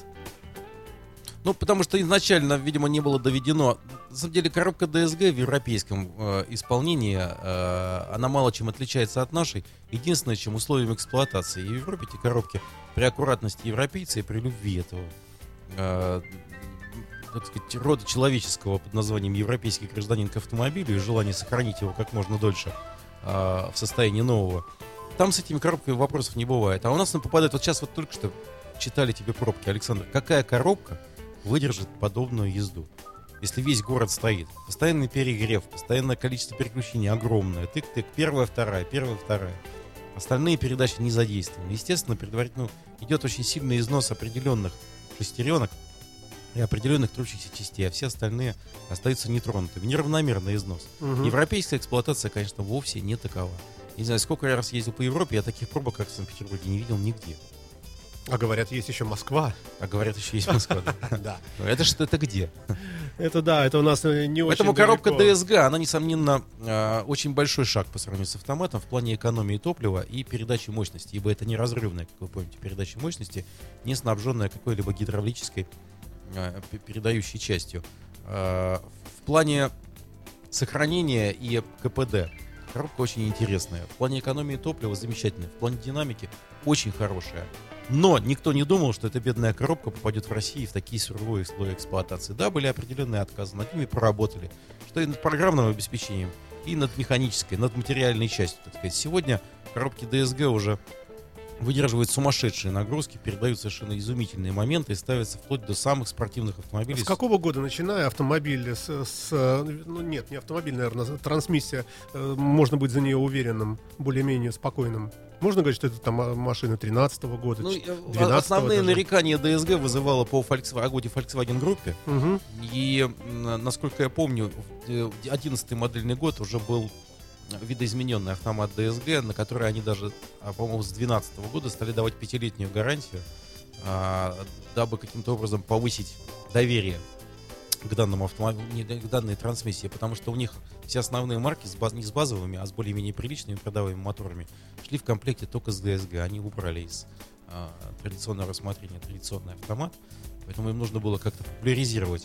Ну, потому что изначально, видимо, не было доведено. На самом деле, коробка ДСГ в европейском э, исполнении, э, она мало чем отличается от нашей. Единственное, чем условием эксплуатации. И в Европе эти коробки при аккуратности европейца и при любви этого, э, так сказать, рода человеческого под названием европейский гражданин к автомобилю и желание сохранить его как можно дольше э, в состоянии нового. Там с этими коробками вопросов не бывает. А у нас попадает, вот сейчас вот только что читали тебе пробки, Александр, какая коробка выдержит подобную езду? Если весь город стоит, постоянный перегрев, постоянное количество переключений огромное, тык-тык, первая, вторая, первая, вторая. Остальные передачи не задействованы. Естественно, предварительно ну, идет очень сильный износ определенных шестеренок и определенных трущихся частей, а все остальные остаются нетронутыми. Неравномерный износ. Мгм. Европейская эксплуатация, конечно, вовсе не такова. Не знаю, сколько я раз ездил по Европе, я таких пробок, как в Санкт-Петербурге, не видел нигде. А говорят, есть еще Москва. А говорят, еще есть Москва. Да. Но это что, это где? Это да, это у нас э, не очень Поэтому коробка далеко. ди эс джи, она, несомненно, э, очень большой шаг по сравнению с автоматом в плане экономии топлива и передачи мощности, ибо это не разрывная, как вы помните, передача мощности, не снабженная какой-либо гидравлической э, п- передающей частью. Э, в плане сохранения и ка пэ дэ коробка очень интересная. В плане экономии топлива замечательная. В плане динамики очень хорошая. Но никто не думал, что эта бедная коробка попадет в Россию в такие суровые слои эксплуатации. Да, были определенные отказы, над ними проработали. Что и над программным обеспечением, и над механической, над материальной частью, так сказать. Сегодня коробки ди эс джи уже выдерживают сумасшедшие нагрузки, передают совершенно изумительные моменты и ставятся вплоть до самых спортивных автомобилей. С какого года, начиная, автомобиль с, с, ну нет, не автомобиль, наверное, трансмиссия, э, можно быть за нее уверенным, более-менее спокойным? Можно говорить, что это там а, машина тринадцатого года, Ну, двенадцатого основные даже? нарекания ди эс джи вызывало по Volkswagen, Volkswagen группе. Мгм. И, м, насколько я помню, одиннадцатый модельный год уже был видоизмененный автомат ди эс джи, на который они даже, а, по-моему, с двенадцатого года стали давать пятилетнюю гарантию, а, дабы каким-то образом повысить доверие к данному автомобилю, к данной трансмиссии, потому что у них все основные марки с баз, не с базовыми, а с более-менее приличными продаваемыми моторами шли в комплекте только с ди эс джи. Они убрали из а, традиционного рассмотрения традиционный автомат, поэтому им нужно было как-то популяризировать.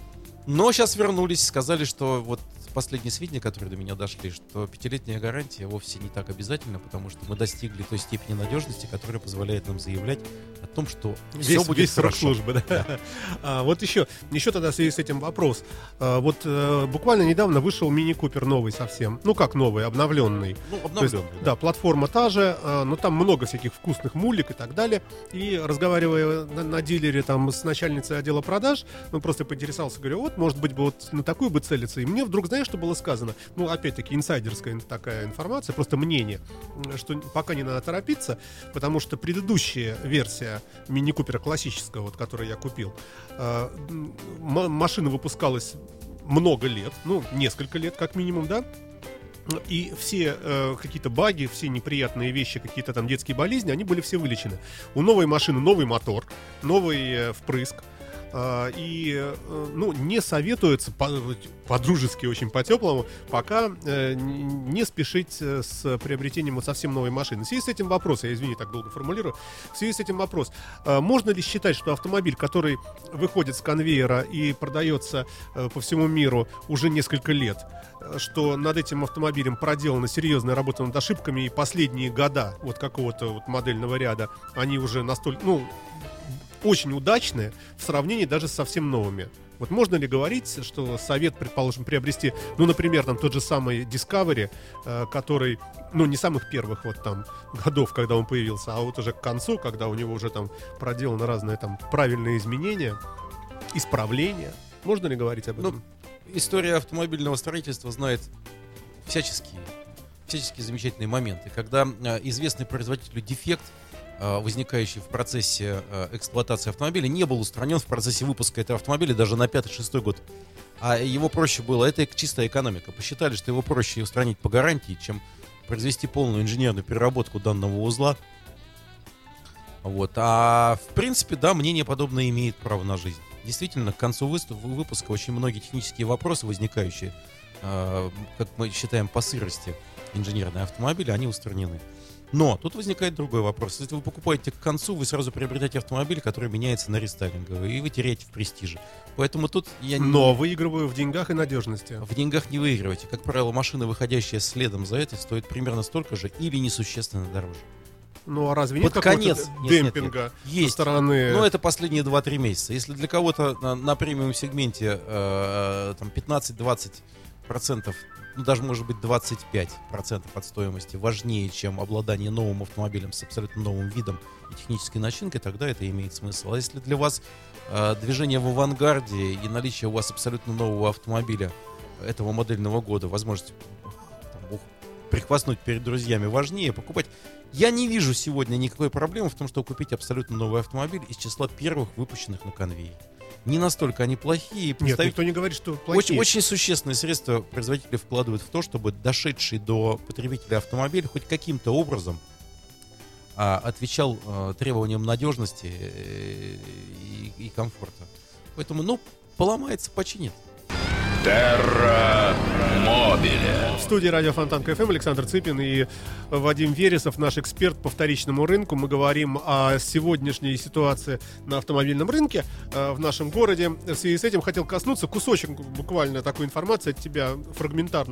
Но сейчас вернулись, сказали, что вот последние сведения, которые до меня дошли, что пятилетняя гарантия вовсе не так обязательна, потому что мы достигли той степени надежности, которая позволяет нам заявлять о том, что все Весь, будет весь срок хорошо. службы, да. А, вот еще, еще тогда в связи с этим вопрос. А, вот э, буквально недавно вышел Мини Купер новый совсем. Ну как новый, обновленный. Ну, То есть, обновленный, да, платформа та же, а, но там много всяких вкусных мулик и так далее. И разговаривая на, на дилере там с начальницей отдела продаж, ну просто поинтересовался, говорю, вот, может быть, бы вот на такую бы целиться. И мне вдруг, знаешь, что было сказано? Ну, опять-таки, инсайдерская такая информация, просто мнение, что пока не надо торопиться, потому что предыдущая версия Мини Купера классического, вот, который я купил, э, м- машина выпускалась много лет, ну, несколько лет как минимум, да? И все э, какие-то баги, все неприятные вещи, какие-то там детские болезни, они были все вылечены. У новой машины новый мотор, новый э, впрыск. Uh, и, uh, ну, не советуется по- по-дружески, очень по-теплому, пока uh, не спешить uh, с приобретением вот совсем новой машины. В связи с этим вопрос, я, извини, так долго формулирую, в связи с этим вопрос, uh, можно ли считать, что автомобиль, который выходит с конвейера и продается uh, по всему миру уже несколько лет, uh, что над этим автомобилем проделана серьезная работа над ошибками, и последние года вот какого-то вот модельного ряда, они уже настолько, ну, очень удачные в сравнении даже с совсем новыми. Вот можно ли говорить, что совет, предположим, приобрести, ну, например, там тот же самый Discovery, э, который, ну, не самых первых вот там годов, когда он появился, а вот уже к концу, когда у него уже там проделаны разные там правильные изменения, исправления. Можно ли говорить об этом? Ну, история автомобильного строительства знает всяческие, всяческие замечательные моменты. Когда э, известный производителю дефект, возникающий в процессе эксплуатации автомобиля, не был устранен в процессе выпуска этого автомобиля даже на пятый-шестой год. А его проще было, это чистая экономика. Посчитали, что его проще устранить по гарантии, чем произвести полную инженерную переработку данного узла. Вот. А в принципе, да, мнение подобное имеет право на жизнь. Действительно, к концу выпуска очень многие технические вопросы, возникающие, как мы считаем, по сырости инженерные автомобили, они устранены. Но тут возникает другой вопрос. Если вы покупаете к концу, вы сразу приобретаете автомобиль, который меняется на рестайлинговый, и вы теряете в престиже. Поэтому тут я... Но выигрываю в деньгах и надежности. В деньгах не выигрываете. Как правило, машина, выходящая следом за этой, стоит примерно столько же или несущественно дороже. Ну, а разве Под нет конец какого-то нет, нет, демпинга нет. со Есть. стороны... Ну, это последние два-три месяца. Если для кого-то на, на премиум-сегменте э, там пятнадцать-двадцать процентов, ну, даже, может быть, двадцать пять процентов от стоимости важнее, чем обладание новым автомобилем с абсолютно новым видом и технической начинкой, тогда это имеет смысл. А если для вас э, движение в авангарде и наличие у вас абсолютно нового автомобиля этого модельного года, возможность там, ух, прихвастнуть перед друзьями важнее, покупать... Я не вижу сегодня никакой проблемы в том, чтобы купить абсолютно новый автомобиль из числа первых выпущенных на конвейере. Не настолько они плохие. Нет, никто не говорит, что плохие. Очень, очень существенные средства производители вкладывают в то, чтобы дошедший до потребителя автомобиль хоть каким-то образом а отвечал э, требованиям надежности э, и, и комфорта. Поэтому, ну, поломается, починит. Терра Мобиле. В студии радио Фонтан КФМ Александр Цыпин и Вадим Вересов, наш эксперт по вторичному рынку. Мы говорим о сегодняшней ситуации на автомобильном рынке э, в нашем городе. В связи с этим хотел коснуться кусочек буквально такой информации от тебя фрагментарно.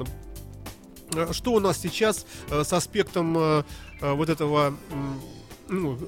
Э, Что у нас сейчас э, с аспектом э, э, вот этого, м, ну,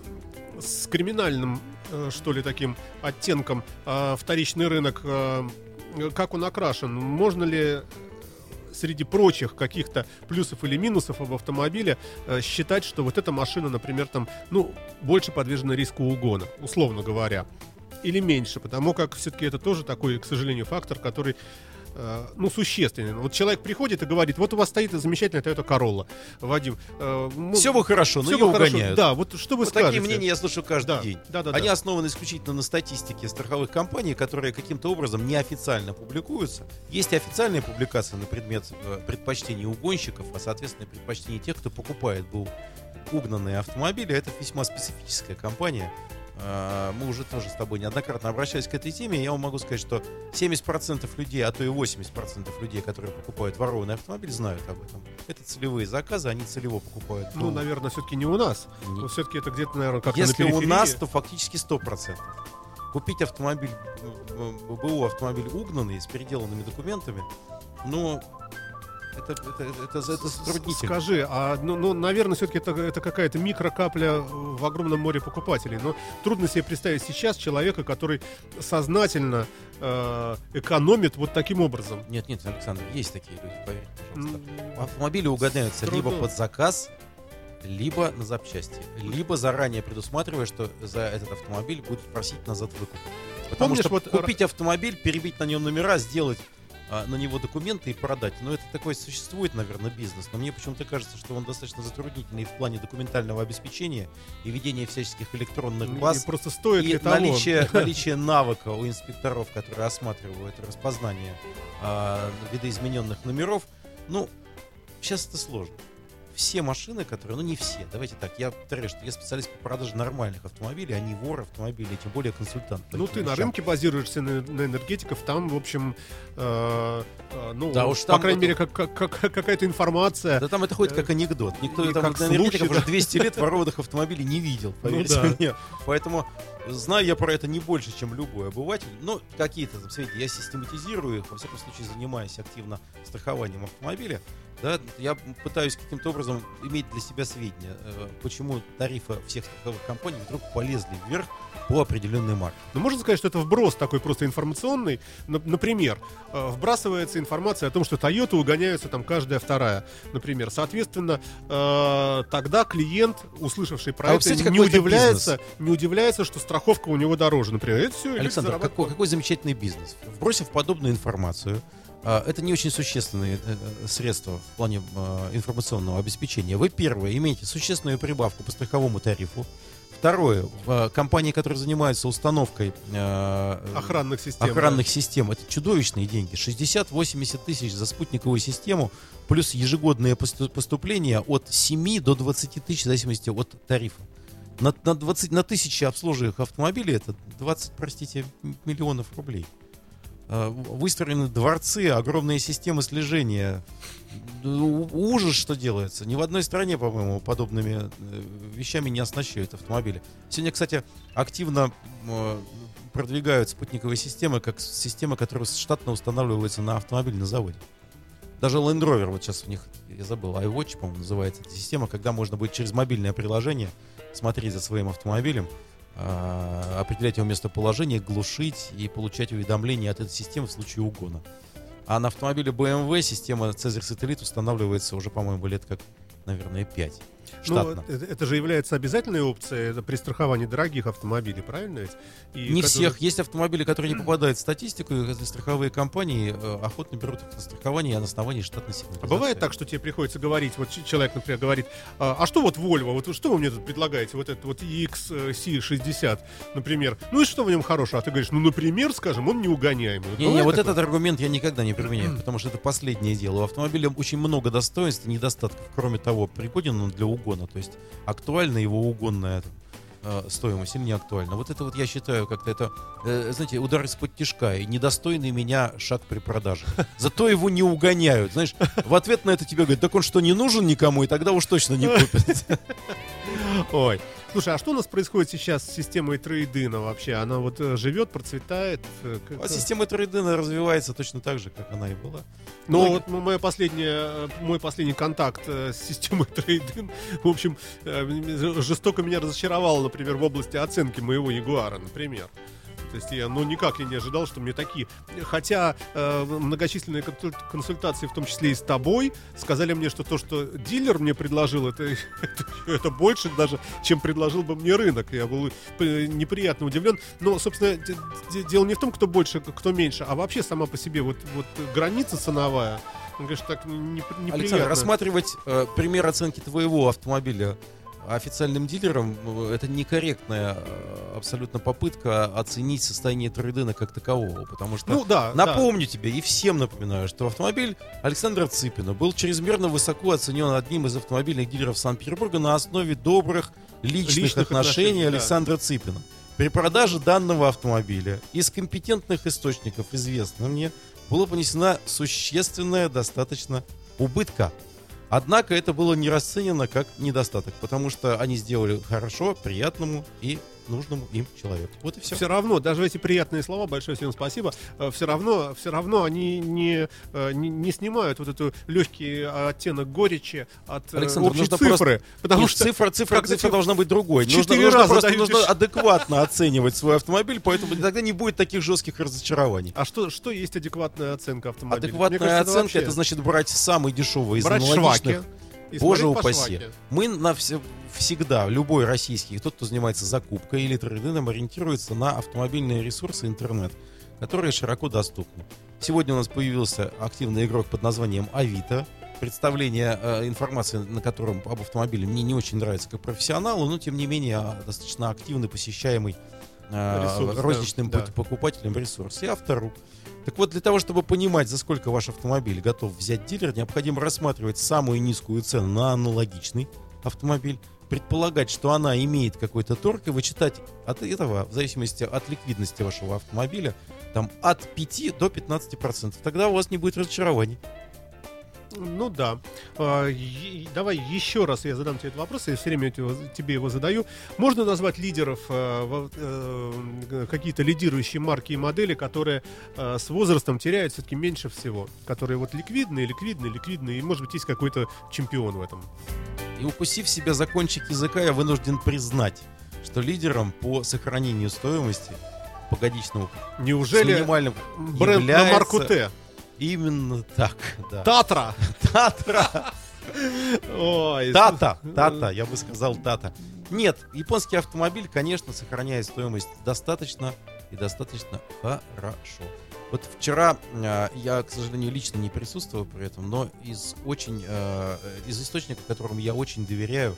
с криминальным, э, что ли, таким оттенком э, вторичный рынок, э, как он окрашен? Можно ли среди прочих каких-то плюсов или минусов об автомобиле э, считать, что вот эта машина, например, там, ну, больше подвержена риску угона, условно говоря, или меньше, потому как все-таки это тоже такой, к сожалению, фактор, который э, ну, существенный. Вот человек приходит и говорит: вот у вас стоит замечательная Toyota Corolla, Вадим. Э, ну, Все бы хорошо, но всё ее бы хорошо. угоняют. Да, вот что вы Вот скажете? такие мнения я слышу каждый Да, день. да, да, Они да. основаны исключительно на статистике страховых компаний, которые каким-то образом неофициально публикуются. Есть официальные публикации на предмет э, предпочтений угонщиков, а соответственно предпочтений тех, кто покупает был угнанные автомобили. Это весьма специфическая компания. Э, Мы уже тоже с тобой неоднократно обращались к этой теме. Я вам могу сказать, что семьдесят процентов людей, а то и восемьдесят процентов людей, которые покупают ворованный автомобиль, знают об этом. Это целевые заказы, они целево покупают. Ну, наверное, все-таки не у нас. Не- Но все-таки это где-то, наверное, как-то Если на у периферии. нас, то фактически сто процентов. Купить автомобиль, э, БУ автомобиль угнанный, с переделанными документами, ну, это, это, это, это затруднительно. Скажи, а, ну, ну, наверное, все-таки это, это какая-то микрокапля в огромном море покупателей. Но трудно себе представить сейчас человека, который сознательно э, экономит вот таким образом. Нет, нет, Александр, есть такие люди, поверьте, пожалуйста. М, Автомобили угоняются с либо трудом. под заказ, либо на запчасти, либо заранее предусматривая, что за этот автомобиль будут просить назад выкуп. Потому Помнишь, что вот купить автомобиль, перебить на нем номера, сделать а, на него документы и продать. Ну, это такой существует, наверное, бизнес. Но мне почему-то кажется, что он достаточно затруднительный в плане документального обеспечения и ведения всяческих электронных и баз. просто стоит И ли того? наличие, наличие навыка у инспекторов, которые осматривают распознание а, видоизмененных номеров. Ну, сейчас это сложно. Все машины, которые, ну не все, давайте так, я повторяю, что я специалист по продаже нормальных автомобилей, а не вор автомобилей, тем более консультант. по Ну, этим ты на вещам. рынке базируешься на, на энергетиков, там, в общем, э, э, ну, Да уж по там крайней вот- мере, как, как- как- какая-то информация. Да там это ходит как анекдот. Никто и там как на энергетиков слухи, уже да. двести лет ворованных автомобилей не видел, поверьте да. мне. Поэтому знаю я про это не больше, чем любой обыватель. Но какие-то там сведения я систематизирую их, во всяком случае занимаюсь активно страхованием автомобиля. Да, я пытаюсь каким-то образом иметь для себя сведения, э, почему тарифы всех страховых компаний вдруг полезли вверх по определенной марке. Ну, можно сказать, что это вброс такой просто информационный. Н- Например, э, вбрасывается информация о том, что Toyota угоняются там каждая вторая, например. Соответственно, э, тогда клиент, услышавший про А вы это, представляете, не какой это удивляется, не удивляется, что страховка у него дороже. Например, это все Александр, какой, какой замечательный бизнес. Вбросив подобную информацию, а, это не очень существенные э, э, средства в плане э, информационного обеспечения. Вы, первое, имеете существенную прибавку по страховому тарифу. Второе, в э, компании, которые занимаются установкой э, охранных систем. охранных систем, это чудовищные деньги. шестьдесят-восемьдесят тысяч за спутниковую систему, плюс ежегодные посту- поступления от семи до двадцати тысяч, в зависимости от тарифа. На, на, двадцать, на тысячи обслуживаемых автомобилей это двадцать, простите, м- миллионов рублей. А, в- Выстроены дворцы, огромные системы слежения. У- Ужас, что делается. Ни в одной стране, по-моему, подобными э, вещами не оснащают автомобили. Сегодня, кстати, активно э, продвигают спутниковые системы как с- системы, которые штатно устанавливаются на автомобиль на заводе. Даже Land Rover, вот сейчас у них, я забыл, iWatch, по-моему, называется эта система, когда можно будет через мобильное приложение смотреть за своим автомобилем, а, определять его местоположение, глушить и получать уведомления от этой системы в случае угона. А на автомобиле бэ эм вэ система Цезарь Сателлит устанавливается уже, по-моему, лет как, наверное, пять. Ну, Штатно. это, это же является обязательной опцией это при страховании дорогих автомобилей, правильно ведь? И Не которые- всех. Есть автомобили, которые не попадают в статистику, и страховые компании э, охотно берут их на страхование на основании штатной А сигнализации. бывает так, что тебе приходится говорить, вот ч- человек, например, говорит, а, а что вот Volvo, вот что вы мне тут предлагаете, вот этот вот и икс си шестьдесят, например, ну и что в нем хорошего? А ты говоришь, ну, например, скажем, он неугоняемый. Не, не, Бывает вот такое? этот аргумент я никогда не применяю, потому что это последнее дело. У автомобиля очень много достоинств и недостатков. Кроме того, пригоден он для угона угона. То есть актуальна его угонная э, стоимость или не актуальна. Вот это вот я считаю как-то это, э, знаете, удар из-под тишка и недостойный меня шаг при продаже. Зато его не угоняют. Знаешь, в ответ на это тебе говорят, так он что, не нужен никому, и тогда уж точно не купят. Ой. Слушай, а что у нас происходит сейчас с системой трейдина вообще? Она вот э, живет, процветает? э, как- А система трейдина развивается точно так же, как она и была. Ну, Многие- вот м- моя последняя, э, мой последний контакт э, с системой трейдин, в общем, э, жестоко меня разочаровало, например, в области оценки моего Ягуара, например. То есть я, ну, никак я не ожидал, что мне такие... Хотя э, многочисленные консуль- консультации, в том числе и с тобой, сказали мне, что то, что дилер мне предложил, это, это, это больше даже, чем предложил бы мне рынок. Я был э, неприятно удивлен. Но, собственно, д- д- дело не в том, кто больше, кто меньше, а вообще сама по себе вот, вот граница ценовая, ну, конечно, так не- неприятно. Александр, рассматривать э, пример оценки твоего автомобиля официальным дилером э, это некорректная э, абсолютно попытка оценить состояние трейдина как такового, потому что Ну, да, напомню тебе и всем напоминаю, что автомобиль Александра Цыпина был чрезмерно высоко оценен одним из автомобильных дилеров Санкт-Петербурга на основе добрых личных, Личных отношений, отношений, да. Александра Цыпина. При продаже данного автомобиля из компетентных источников, известно мне, была понесена существенная достаточно убытка. Однако это было не расценено как недостаток, потому что они сделали хорошо, приятному и нужному им человеку. Вот и все. Все равно, даже эти приятные слова, большое всем спасибо, все равно, все равно они не, э, не, не снимают вот эту легкий оттенок горечи от э, Александр, общей нужно цифры. просто- Потому Нет, что цифра, цифра, когда цифра ты должна быть другой. в Нужно, четыре нужно раза просто даешь- нужно адекватно оценивать свой автомобиль, поэтому тогда не будет таких жестких разочарований. А что, что есть адекватная оценка автомобиля? Мне Адекватная кажется, оценка вообще это значит брать самый дешевый из брать аналогичных. шваки. и Боже смотреть по упаси. шваке. Мы на все, всегда, любой российский, тот, кто занимается закупкой или трейдином, ориентируется на автомобильные ресурсы интернет, которые широко доступны. Сегодня у нас появился активный игрок под названием Авито. Представление э, информации, на котором об автомобиле мне не очень нравится как профессионалу, но тем не менее а, достаточно активный, посещаемый э, Ресурс, да, розничным да. покупателем ресурс. И Автору. Так вот, для того, чтобы понимать, за сколько ваш автомобиль готов взять дилер, необходимо рассматривать самую низкую цену на аналогичный автомобиль, предполагать, что она имеет какой-то торг, и вычитать от этого, в зависимости от ликвидности вашего автомобиля, там от пяти до пятнадцати процентов. Тогда у вас не будет разочарований. Ну да. А, е- давай еще раз я задам тебе этот вопрос, я все время его- тебе его задаю. Можно назвать лидеров, э, во- э, какие-то лидирующие марки и модели, которые э, с возрастом теряют все-таки меньше всего? Которые вот ликвидные, ликвидные, ликвидные, и может быть есть какой-то чемпион в этом? И укусив себя за кончик языка, я вынужден признать, что лидером по сохранению стоимости по годичному с Неужели минимальным бренд на является марку Т? именно так, да. Татра! Татра! Ой, Тата, Тата, я бы сказал Тата. Нет, японский автомобиль, конечно, сохраняет стоимость достаточно и достаточно хорошо. Вот вчера э, я, к сожалению, лично не присутствовал при этом, но из очень э, из источника, которому я очень доверяю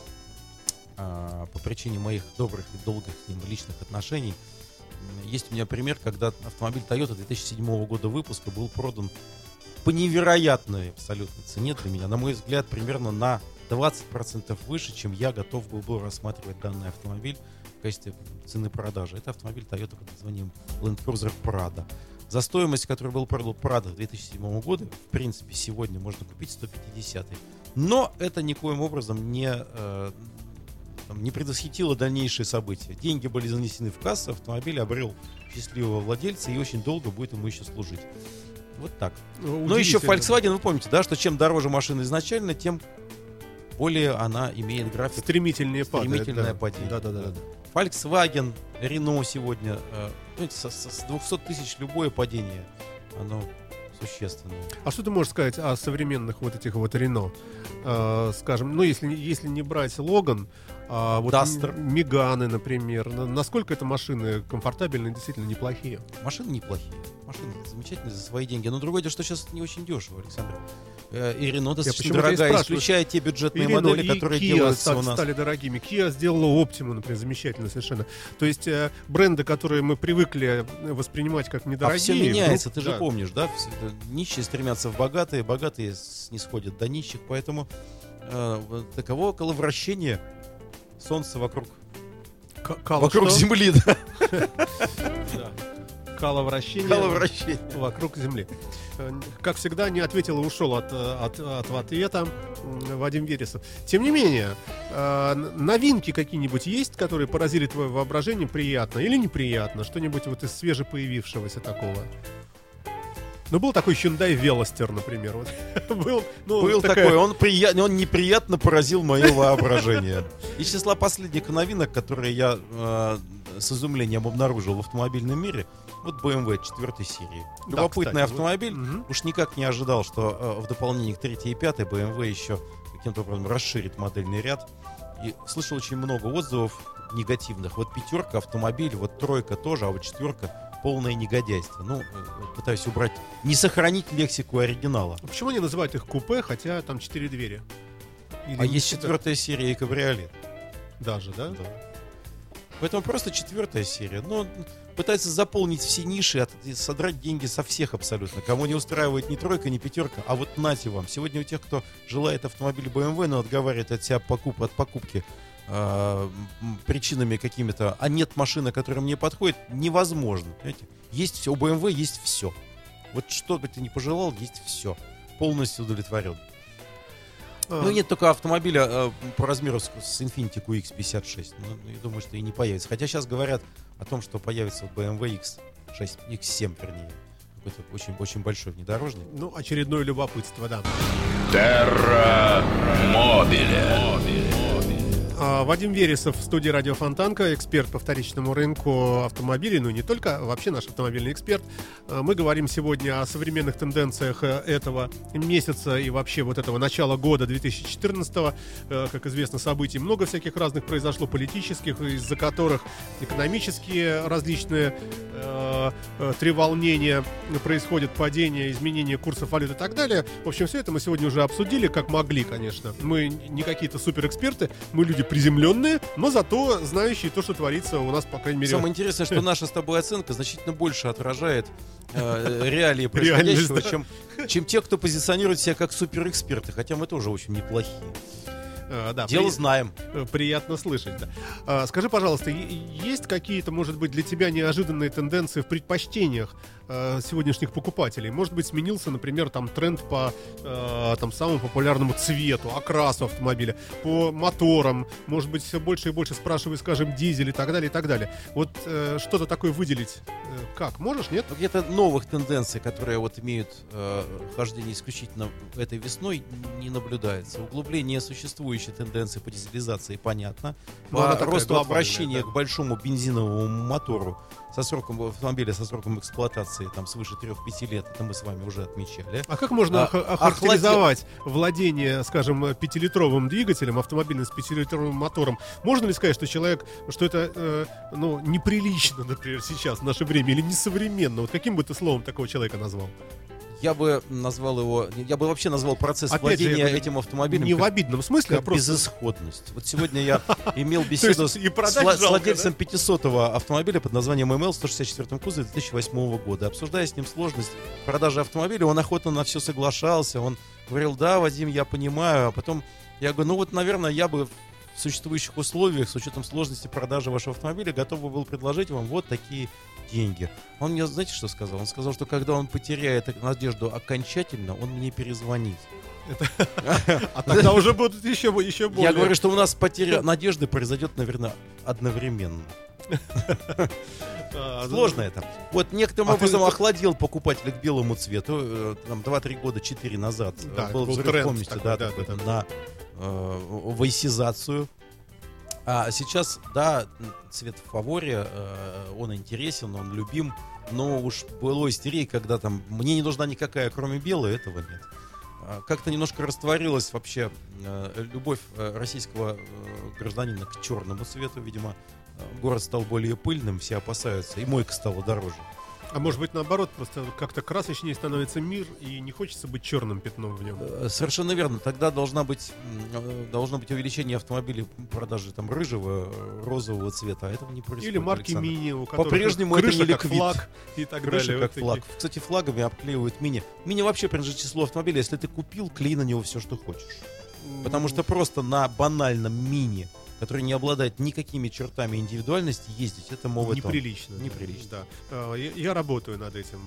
э, по причине моих добрых и долгих с ним личных отношений, м, есть у меня пример, когда автомобиль Toyota две тысячи седьмого года выпуска был продан по невероятной абсолютной цене для меня, на мой взгляд, примерно на двадцать процентов выше, чем я готов был бы рассматривать данный автомобиль в качестве цены продажи. Это автомобиль Toyota под названием Land Cruiser Prado. За стоимость, которую был продан Prado две тысячи седьмого года, в принципе, сегодня можно купить сто пятьдесят. Но это никоим образом не, э, там, не предвосхитило дальнейшие события. Деньги были занесены в кассу, автомобиль обрел счастливого владельца и очень долго будет ему еще служить. Вот так. Но еще Volkswagen, вы помните, да, что чем дороже машина изначально, тем более она имеет график. Стремительнее падает. Стремительное да. падение. Да, да, да. да. Volkswagen, Renault сегодня, э, знаете, со- со- с двухсот тысяч любое падение, оно существенное. А что ты можешь сказать о современных вот этих вот Рено? Э, скажем, ну если, не- если не брать Логан, а вот Duster. м- Меганы, например, на- насколько это машины комфортабельные, действительно неплохие? Машины неплохие, машины замечательные за свои деньги. Но другое дело, что сейчас не очень дешево, Александр. Э, И Renault достаточно почему-то и дорогая, спрашиваю. исключая те бюджетные И Renault, модели, и которые Kia делаются ста- у нас. стали дорогими. Kia сделала Optima, например, замечательно совершенно. То есть э, бренды, которые мы привыкли воспринимать как недорогие. А все меняется, вдруг- ты же да. помнишь, да? Все это нищие стремятся в богатые, богатые снисходят до нищих, поэтому э, вот таково коловращение Солнца вокруг, К- кало вокруг что? Земли. Да. Каловращение Коловращение. вокруг Земли. Э, Как всегда, не ответил и ушел от, э, от, от ответа м, Вадим Вересов. Тем не менее, э, н- новинки какие-нибудь есть, которые поразили твое воображение приятно или неприятно? Что-нибудь вот из свежепоявившегося такого? Ну, был такой Hyundai Veloster, например. Вот. был ну, Был такая- такой, он, прия... он неприятно поразил мое воображение. Из числа последних новинок, которые я э, с изумлением обнаружил в автомобильном мире, вот бэ эм вэ четвёртой серии. Да, Любопытный кстати, автомобиль. вот. Мгм. Уж никак не ожидал, что э, в дополнение к третьей и пятой бэ эм вэ еще каким-то образом расширит модельный ряд. И слышал очень много отзывов негативных. Вот пятерка автомобиль, вот тройка тоже, а вот четверка полное негодяйство. Ну, э, пытаюсь убрать, не сохранить лексику оригинала. Почему они называют их купе, хотя там четыре двери? Или А не есть всегда? четвертая серия и кабриолет. Даже, да? Да. Поэтому просто четвертая серия. Но пытается заполнить все ниши, от- и содрать деньги со всех абсолютно. Кому не устраивает ни тройка, ни пятерка, а вот нате вам. Сегодня у тех, кто желает автомобиль бэ эм вэ, но отговаривает от себя покуп, от покупки а, м, причинами какими-то, а нет машины, которая мне подходит, невозможно. Понимаете? Есть все, у бэ эм вэ есть все. Вот что бы ты ни пожелал, есть все. Полностью удовлетворен. А, Ну, нет только автомобиля э, по размеру с, с Infiniti кью икс пятьдесят шесть. Ну, я думаю, что и не появится. Хотя сейчас говорят о том, что появится вот бэ эм вэ икс шесть, икс семь, вернее. Какой-то очень, очень большой внедорожник. Ну, очередное любопытство, да. Терра Мобиле. А, Вадим Вересов в студии Радио Фонтанка, эксперт по вторичному рынку автомобилей, ну и не только, вообще наш автомобильный эксперт. А, Мы говорим сегодня о современных тенденциях э, этого месяца и вообще вот этого начала года две тысячи четырнадцатого. Э, Как известно, событий много всяких разных произошло, политических, из-за которых экономические различные э, э, треволнения происходят, падение, изменение курсов валют и так далее. В общем, все это мы сегодня уже обсудили, как могли, конечно. Мы не какие-то суперэксперты, мы люди приземленные, но зато знающие то, что творится у нас, по крайней мере. Самое интересное, что наша с тобой оценка значительно больше отражает э, реалии Реальность, происходящего, да. чем, чем те, кто позиционирует себя как суперэксперты. Хотя мы тоже очень неплохие. Э, да, Дело при- знаем. э, приятно слышать. Да. А, скажи, пожалуйста, е- есть какие-то, может быть, для тебя неожиданные тенденции в предпочтениях э, сегодняшних покупателей? Может быть, сменился, например, там тренд по э, там самому популярному цвету, окрасу автомобиля, по моторам, может быть, все больше и больше спрашивают, скажем, дизель и так далее, и так далее. Вот э, что-то такое выделить э, как? Можешь, нет? Но где-то новых тенденций, которые вот имеют э, хождение исключительно этой весной, не наблюдается. Углубление существующей тенденции по дизелизации понятно. Ну, она По такая росту глобальная, обращения да. к большому бензиновому мотору со сроком автомобиля со сроком эксплуатации там свыше трех-пяти лет, это мы с вами уже отмечали. А как можно А, ох- охладил- охарактеризовать владение, скажем, пятилитровым двигателем, автомобильным с пятилитровым мотором? Можно ли сказать, что человек, что это, э, ну, неприлично, например, сейчас, в наше время, или несовременно? Вот каким бы ты словом такого человека назвал? Я бы назвал его, я бы вообще назвал процесс Опять же, владения я говорю, этим автомобилем Не в как, обидном смысле, а как просто... безысходность. Вот сегодня я имел беседу есть с, и продать с вла- с жалко, владельцем пятисотого автомобиля под названием эм эл сто шестьдесят четвёртом кузове две тысячи восьмого года. Обсуждая с ним сложность продажи автомобиля, он охотно на все соглашался. Он говорил: да, Вадим, я понимаю. А потом я говорю: ну вот, наверное, я бы в существующих условиях, с учетом сложности продажи вашего автомобиля, готов бы был предложить вам вот такие деньги. Он мне, знаете, что сказал? Он сказал, что когда он потеряет надежду окончательно, он мне перезвонит. А тогда уже будут еще, еще более... Я говорю, что у нас потеря надежды произойдет, наверное, одновременно. А, Сложно это. Вот некоторым А образом ты- охладил покупателя к белому цвету. э, Там два-три года, четыре назад э, Да, был был взрыв, тренд помните, такой, да, да, такой, да, да. на э, войсизацию. А сейчас, да, цвет в фаворе, э, он интересен, он любим, но уж было истерия, когда там мне не нужна никакая, кроме белой, этого нет. А, Как-то немножко растворилась вообще э, любовь э, российского э, гражданина к черному цвету, видимо. э, Город стал более пыльным, все опасаются, и мойка стала дороже. А может быть, наоборот, просто как-то красочнее становится мир, и не хочется быть черным пятном в нем. Э, Совершенно верно. Тогда должна быть, м, э, должно быть увеличение автомобилей продажи там рыжего, э, розового цвета. А этого не происходит. Или марки Александр. мини, у которых По-прежнему это крыша не как ликвид. флаг и так Крыша далее. как Вот флаг. такие. Кстати, флагами обклеивают мини. Мини вообще принадлежит числу автомобилей. Если ты купил, клей на него все, что хочешь. Потому что просто на банальном мини, который не обладает никакими чертами индивидуальности, ездить, это моветон. Неприлично. Неприлично. Да. А, Я, я работаю над этим.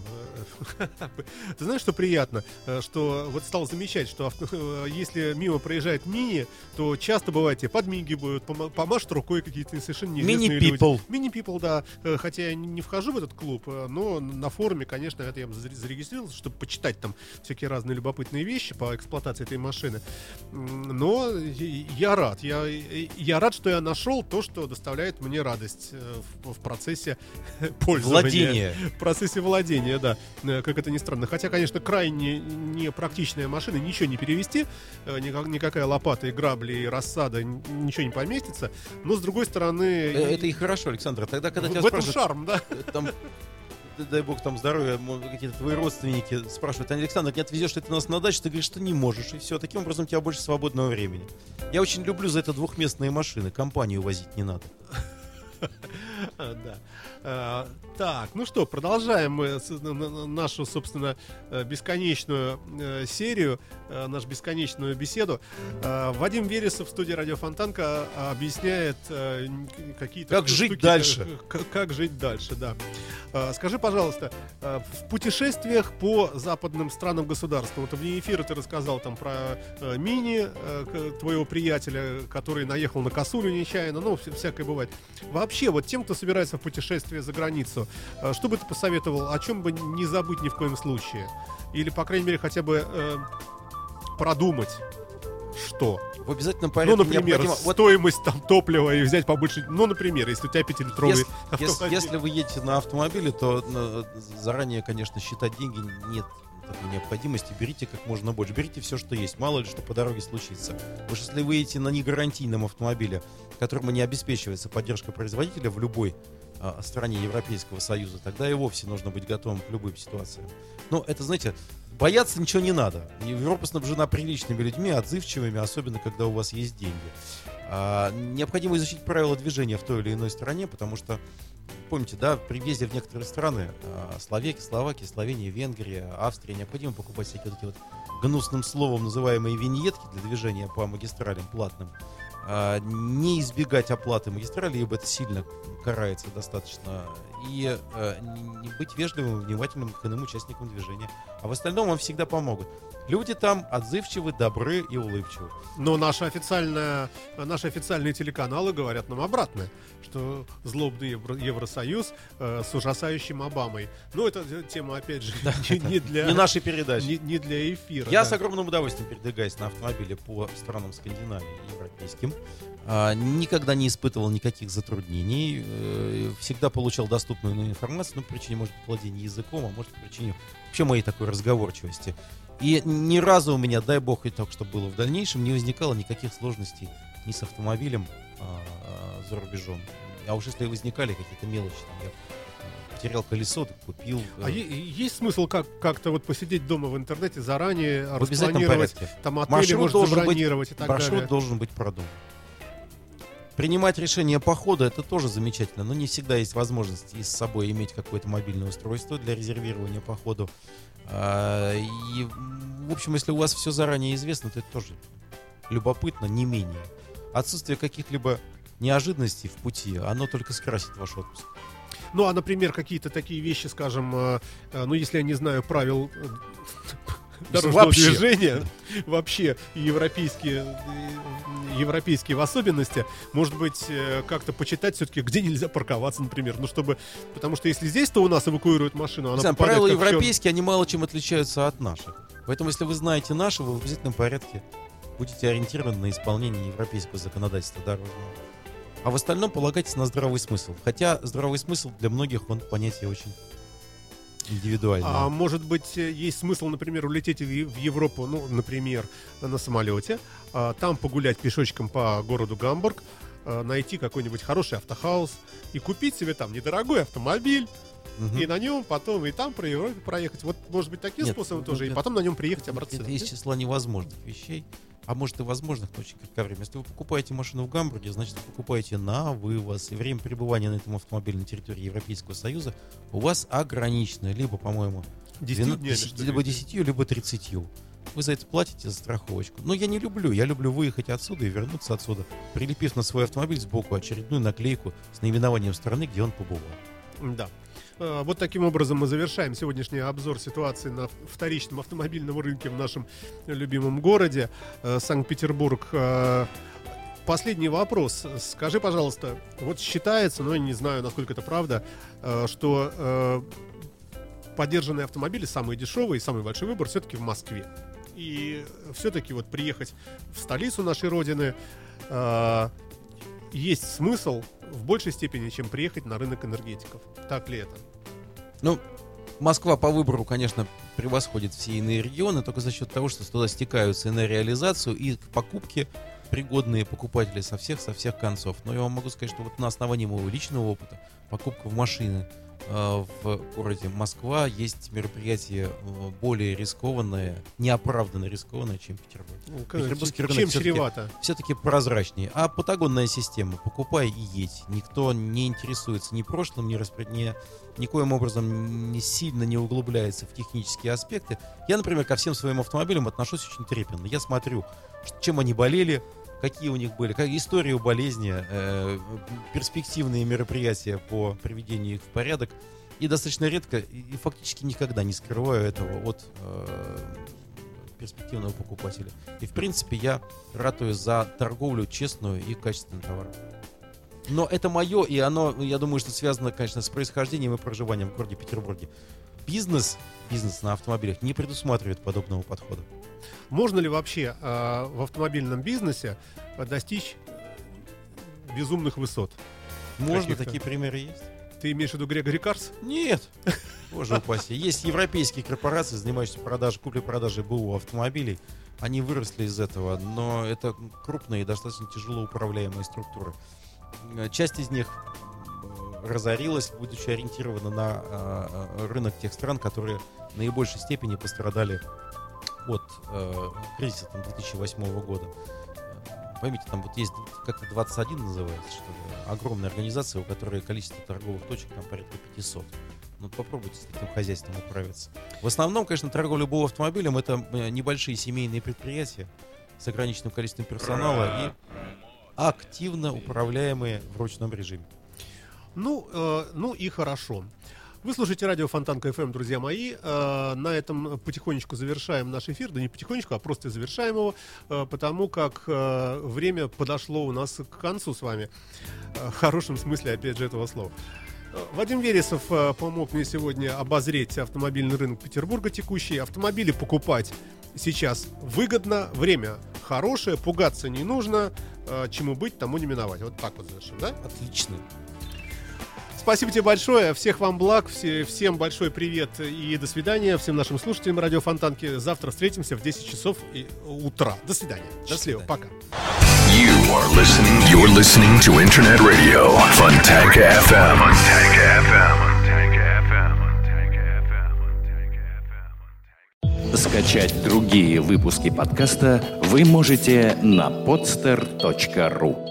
Ты знаешь, что приятно? Э, Что вот стал замечать, что авто- э, если мимо проезжает мини, то часто бывает тебе подмигивают, пома- помашут рукой какие-то совершенно неизвестные люди. Мини-people. Мини-people, да. Э, Хотя я не не вхожу в этот клуб, э, но на форуме, конечно, это я бы заре- зарегистрировался, чтобы почитать там всякие разные любопытные вещи по эксплуатации этой машины. М, Но и- я рад. Я, я рад, что я нашел то, что доставляет мне радость э, в, в процессе пользования. Владение. В процессе владения, да. Э, Как это ни странно. Хотя, конечно, крайне непрактичная машина, ничего не перевести. э, никак- Никакая лопата и грабли, и рассада, н- ничего не поместится. Но, с другой стороны... Э, Это и хорошо, Александр. Тогда, когда в, тебя в этом спрашивают, шарм, да. э, там, д- дай бог там здоровья, мо- какие-то твои родственники спрашивают: Александр, не отвезешь ли ты нас на дачу? Ты говоришь, что не можешь, и все. Таким образом у тебя больше свободного времени. Я очень люблю за это двухместные машины. Компанию возить не надо. А, Да. А, Так, ну что, продолжаем мы с- н- н- нашу, собственно, э, бесконечную э, серию, э, нашу бесконечную беседу. А, Вадим Вересов в студии Радио Фонтанка а, объясняет э, н- какие-то Как жить штуки, дальше. э, к- Как жить дальше, да. А, Скажи, пожалуйста, а, в путешествиях по западным странам государствам, вот вне эфира ты рассказал там про э, мини э, к- твоего приятеля, который наехал на косулю нечаянно, ну, вся- всякое бывает. Вообще, вот тем, кто собирается в путешествие за границу, э, что бы ты посоветовал, о чем бы не забыть ни в коем случае? Или, по крайней мере, хотя бы э, продумать, что? В обязательном порядке Ну, например, необходимо... Вот стоимость там топлива и взять побольше. Ну, например, если у тебя пятилитровый Если, если- автомобиль. если вы едете на автомобиле, то ну, заранее, конечно, считать деньги нет такой необходимости. Берите как можно больше. Берите все, что есть. Мало ли что по дороге случится. Потому что если вы едете на негарантийном автомобиле, которому не обеспечивается поддержка производителя в любой а, стране Европейского Союза, тогда и вовсе нужно быть готовым к любым ситуациям. Но это, знаете, бояться ничего не надо. Европа снабжена приличными людьми, отзывчивыми, особенно когда у вас есть деньги. А, необходимо изучить правила движения в той или иной стране, потому что, помните, да, при въезде в некоторые страны, а, Словакия, Словакия, Словения, Венгрия, Австрия, необходимо покупать всякие вот эти вот гнусным словом называемые виньетки для движения по магистралям платным. А, не избегать оплаты магистрали, ибо это сильно карается достаточно, и а, не, не быть вежливым и внимательным к иным участникам движения. А в остальном вам всегда помогут. Люди там отзывчивы, добры и улыбчивы. Но наши, официальные, наши официальные телеканалы говорят нам обратное, что злобный Евро- Евросоюз э, с ужасающим Обамой. Ну, это тема, опять же, не, не для, Не нашей передачи. не, не для эфира. Я да. с огромным удовольствием передвигаюсь на автомобиле по странам Скандинавии и европейским. А, никогда не испытывал никаких затруднений. Э, всегда получал доступную информацию, ну, по причине, может быть, владения языком, а может, по причине вообще моей такой разговорчивости. И ни разу у меня, дай бог, и так, что было в дальнейшем, не возникало никаких сложностей ни с автомобилем а, за рубежом. А уж если возникали какие-то мелочи, там, я потерял колесо, так купил. А э, е- есть смысл как- как-то вот посидеть дома в интернете заранее, в обязательном распланировать, порядке. там отели, Маршрут может, должен быть- забронировать и так Маршрут далее? должен быть продуман. Принимать решение по ходу — это тоже замечательно, но не всегда есть возможность и с собой иметь какое-то мобильное устройство для резервирования по ходу. А, И, в общем, если у вас все заранее известно, то это тоже любопытно, не менее. Отсутствие каких-либо неожиданностей в пути, оно только скрасит ваш отпуск. Ну, а, например, какие-то такие вещи, скажем, э, э, ну, если я не знаю правил э, дорожного Вообще. движения, вообще европейские, э, европейские в особенности, может быть, э, как-то почитать все-таки, где нельзя парковаться, например, ну, чтобы, потому что если здесь-то у нас эвакуируют машину, она Не знаю, попадает правила как в чёрт- европейские, они мало чем отличаются от наших. Поэтому, если вы знаете наши, вы в обязательном порядке будете ориентированы на исполнение европейского законодательства дорожного. А в остальном полагайтесь на здравый смысл. Хотя здравый смысл для многих, он понятие очень индивидуальное. А может быть, э, есть смысл, например, улететь в Е- в Европу, ну, например, на самолете, а, там погулять пешочком по городу Гамбург, а, найти какой-нибудь хороший автохаус и купить себе там недорогой автомобиль, Мгм. и на нем потом и там по Европе проехать. Вот, может быть, таким Нет, способом ну, тоже, и это- потом на нем приехать обратно. Это сюда. из числа невозможных вещей. А может и возможных, но очень кратковременно. Если вы покупаете машину в Гамбурге, значит, вы покупаете на вывоз. И время пребывания на этом автомобиле на территории Европейского Союза у вас ограничено. Либо, по-моему, Десятью двена- днями, десять- что ли? либо десятью, либо тридцатью. Вы за это платите, за страховочку. Но я не люблю. Я люблю выехать отсюда и вернуться отсюда, прилепив на свой автомобиль сбоку очередную наклейку с наименованием страны, где он побывал. Да. А, Вот таким образом мы завершаем сегодняшний обзор ситуации на вторичном автомобильном рынке в нашем любимом городе э, Санкт-Петербург. Э, Последний вопрос. Скажи, пожалуйста, вот считается, но я не знаю, насколько это правда, э, что э, подержанные автомобили, самые дешевые и самый большой выбор все-таки в Москве. И все-таки вот приехать в столицу нашей Родины э, есть смысл в большей степени, чем приехать на рынок энергетиков. Так ли это? Ну, Москва по выбору, конечно, превосходит все иные регионы, только за счет того, что туда стекаются и на реализацию, и к покупке пригодные покупатели со всех, со всех концов. Но я вам могу сказать, что вот на основании моего личного опыта покупка в машины э, в городе Москва есть мероприятие э, более рискованное, неоправданно рискованное, чем Петербург. Ну, Петербургский рынок чем все-таки, чревато? все-таки прозрачнее. А патагонная система: покупай и едь. Никто не интересуется ни прошлым, ни, распри... ни никоим образом не сильно не углубляется в технические аспекты. Я, например, ко всем своим автомобилям отношусь очень трепетно. Я смотрю, чем они болели, какие у них были, как историю болезни, э, перспективные мероприятия по приведению их в порядок. И достаточно редко, и, и фактически никогда не скрываю этого от э, перспективного покупателя. И, в принципе, я ратую за торговлю честную и качественным товаром. Но это мое, и оно, я думаю, что связано, конечно, с происхождением и проживанием в городе Петербурге. Бизнес, бизнес на автомобилях не предусматривает подобного подхода. Можно ли вообще э, в автомобильном бизнесе достичь безумных высот? Можно, Каких-то? такие примеры есть? Ты имеешь в виду Грегори Карс? Нет, боже упаси. Есть европейские корпорации, занимающиеся продажей, куплей-продажей БУ автомобилей. Они выросли из этого, но это крупные и достаточно тяжело управляемые структуры. Часть из них разорилась, будучи ориентирована на э, рынок тех стран, которые в наибольшей степени пострадали от э, кризиса там, две тысячи восьмого года. Поймите, там вот есть как-то двадцать один называется, что ли, огромная организация, у которой количество торговых точек там порядка пятьсот. Ну, попробуйте с таким хозяйством управиться. В основном, конечно, торговля БУ автомобилем — это небольшие семейные предприятия с ограниченным количеством персонала и активно управляемые в ручном режиме. Ну, э, ну и хорошо. Вы слушаете радио Фонтан КФМ, друзья мои. Э, на этом потихонечку завершаем наш эфир. Да не потихонечку, а просто завершаем его, э, потому как э, время подошло у нас к концу с вами. Э, в хорошем смысле, опять же, этого слова. Э, Вадим Вересов э, помог мне сегодня обозреть автомобильный рынок Петербурга текущий. Автомобили покупать сейчас выгодно, время хорошее, пугаться не нужно. Э, чему быть, тому не миновать. Вот так вот завершим, да? Отлично. Спасибо тебе большое, всех вам благ, все, всем большой привет и до свидания, всем нашим слушателям радио Фонтанки. Завтра встретимся в десять часов и, утра. До свидания. До Счастливо, свидания. пока. You are listening. You're listening to Internet Radio Fontanka эф эм. Fontanka эф эм. Скачать другие выпуски подкаста вы можете на podster точка ру.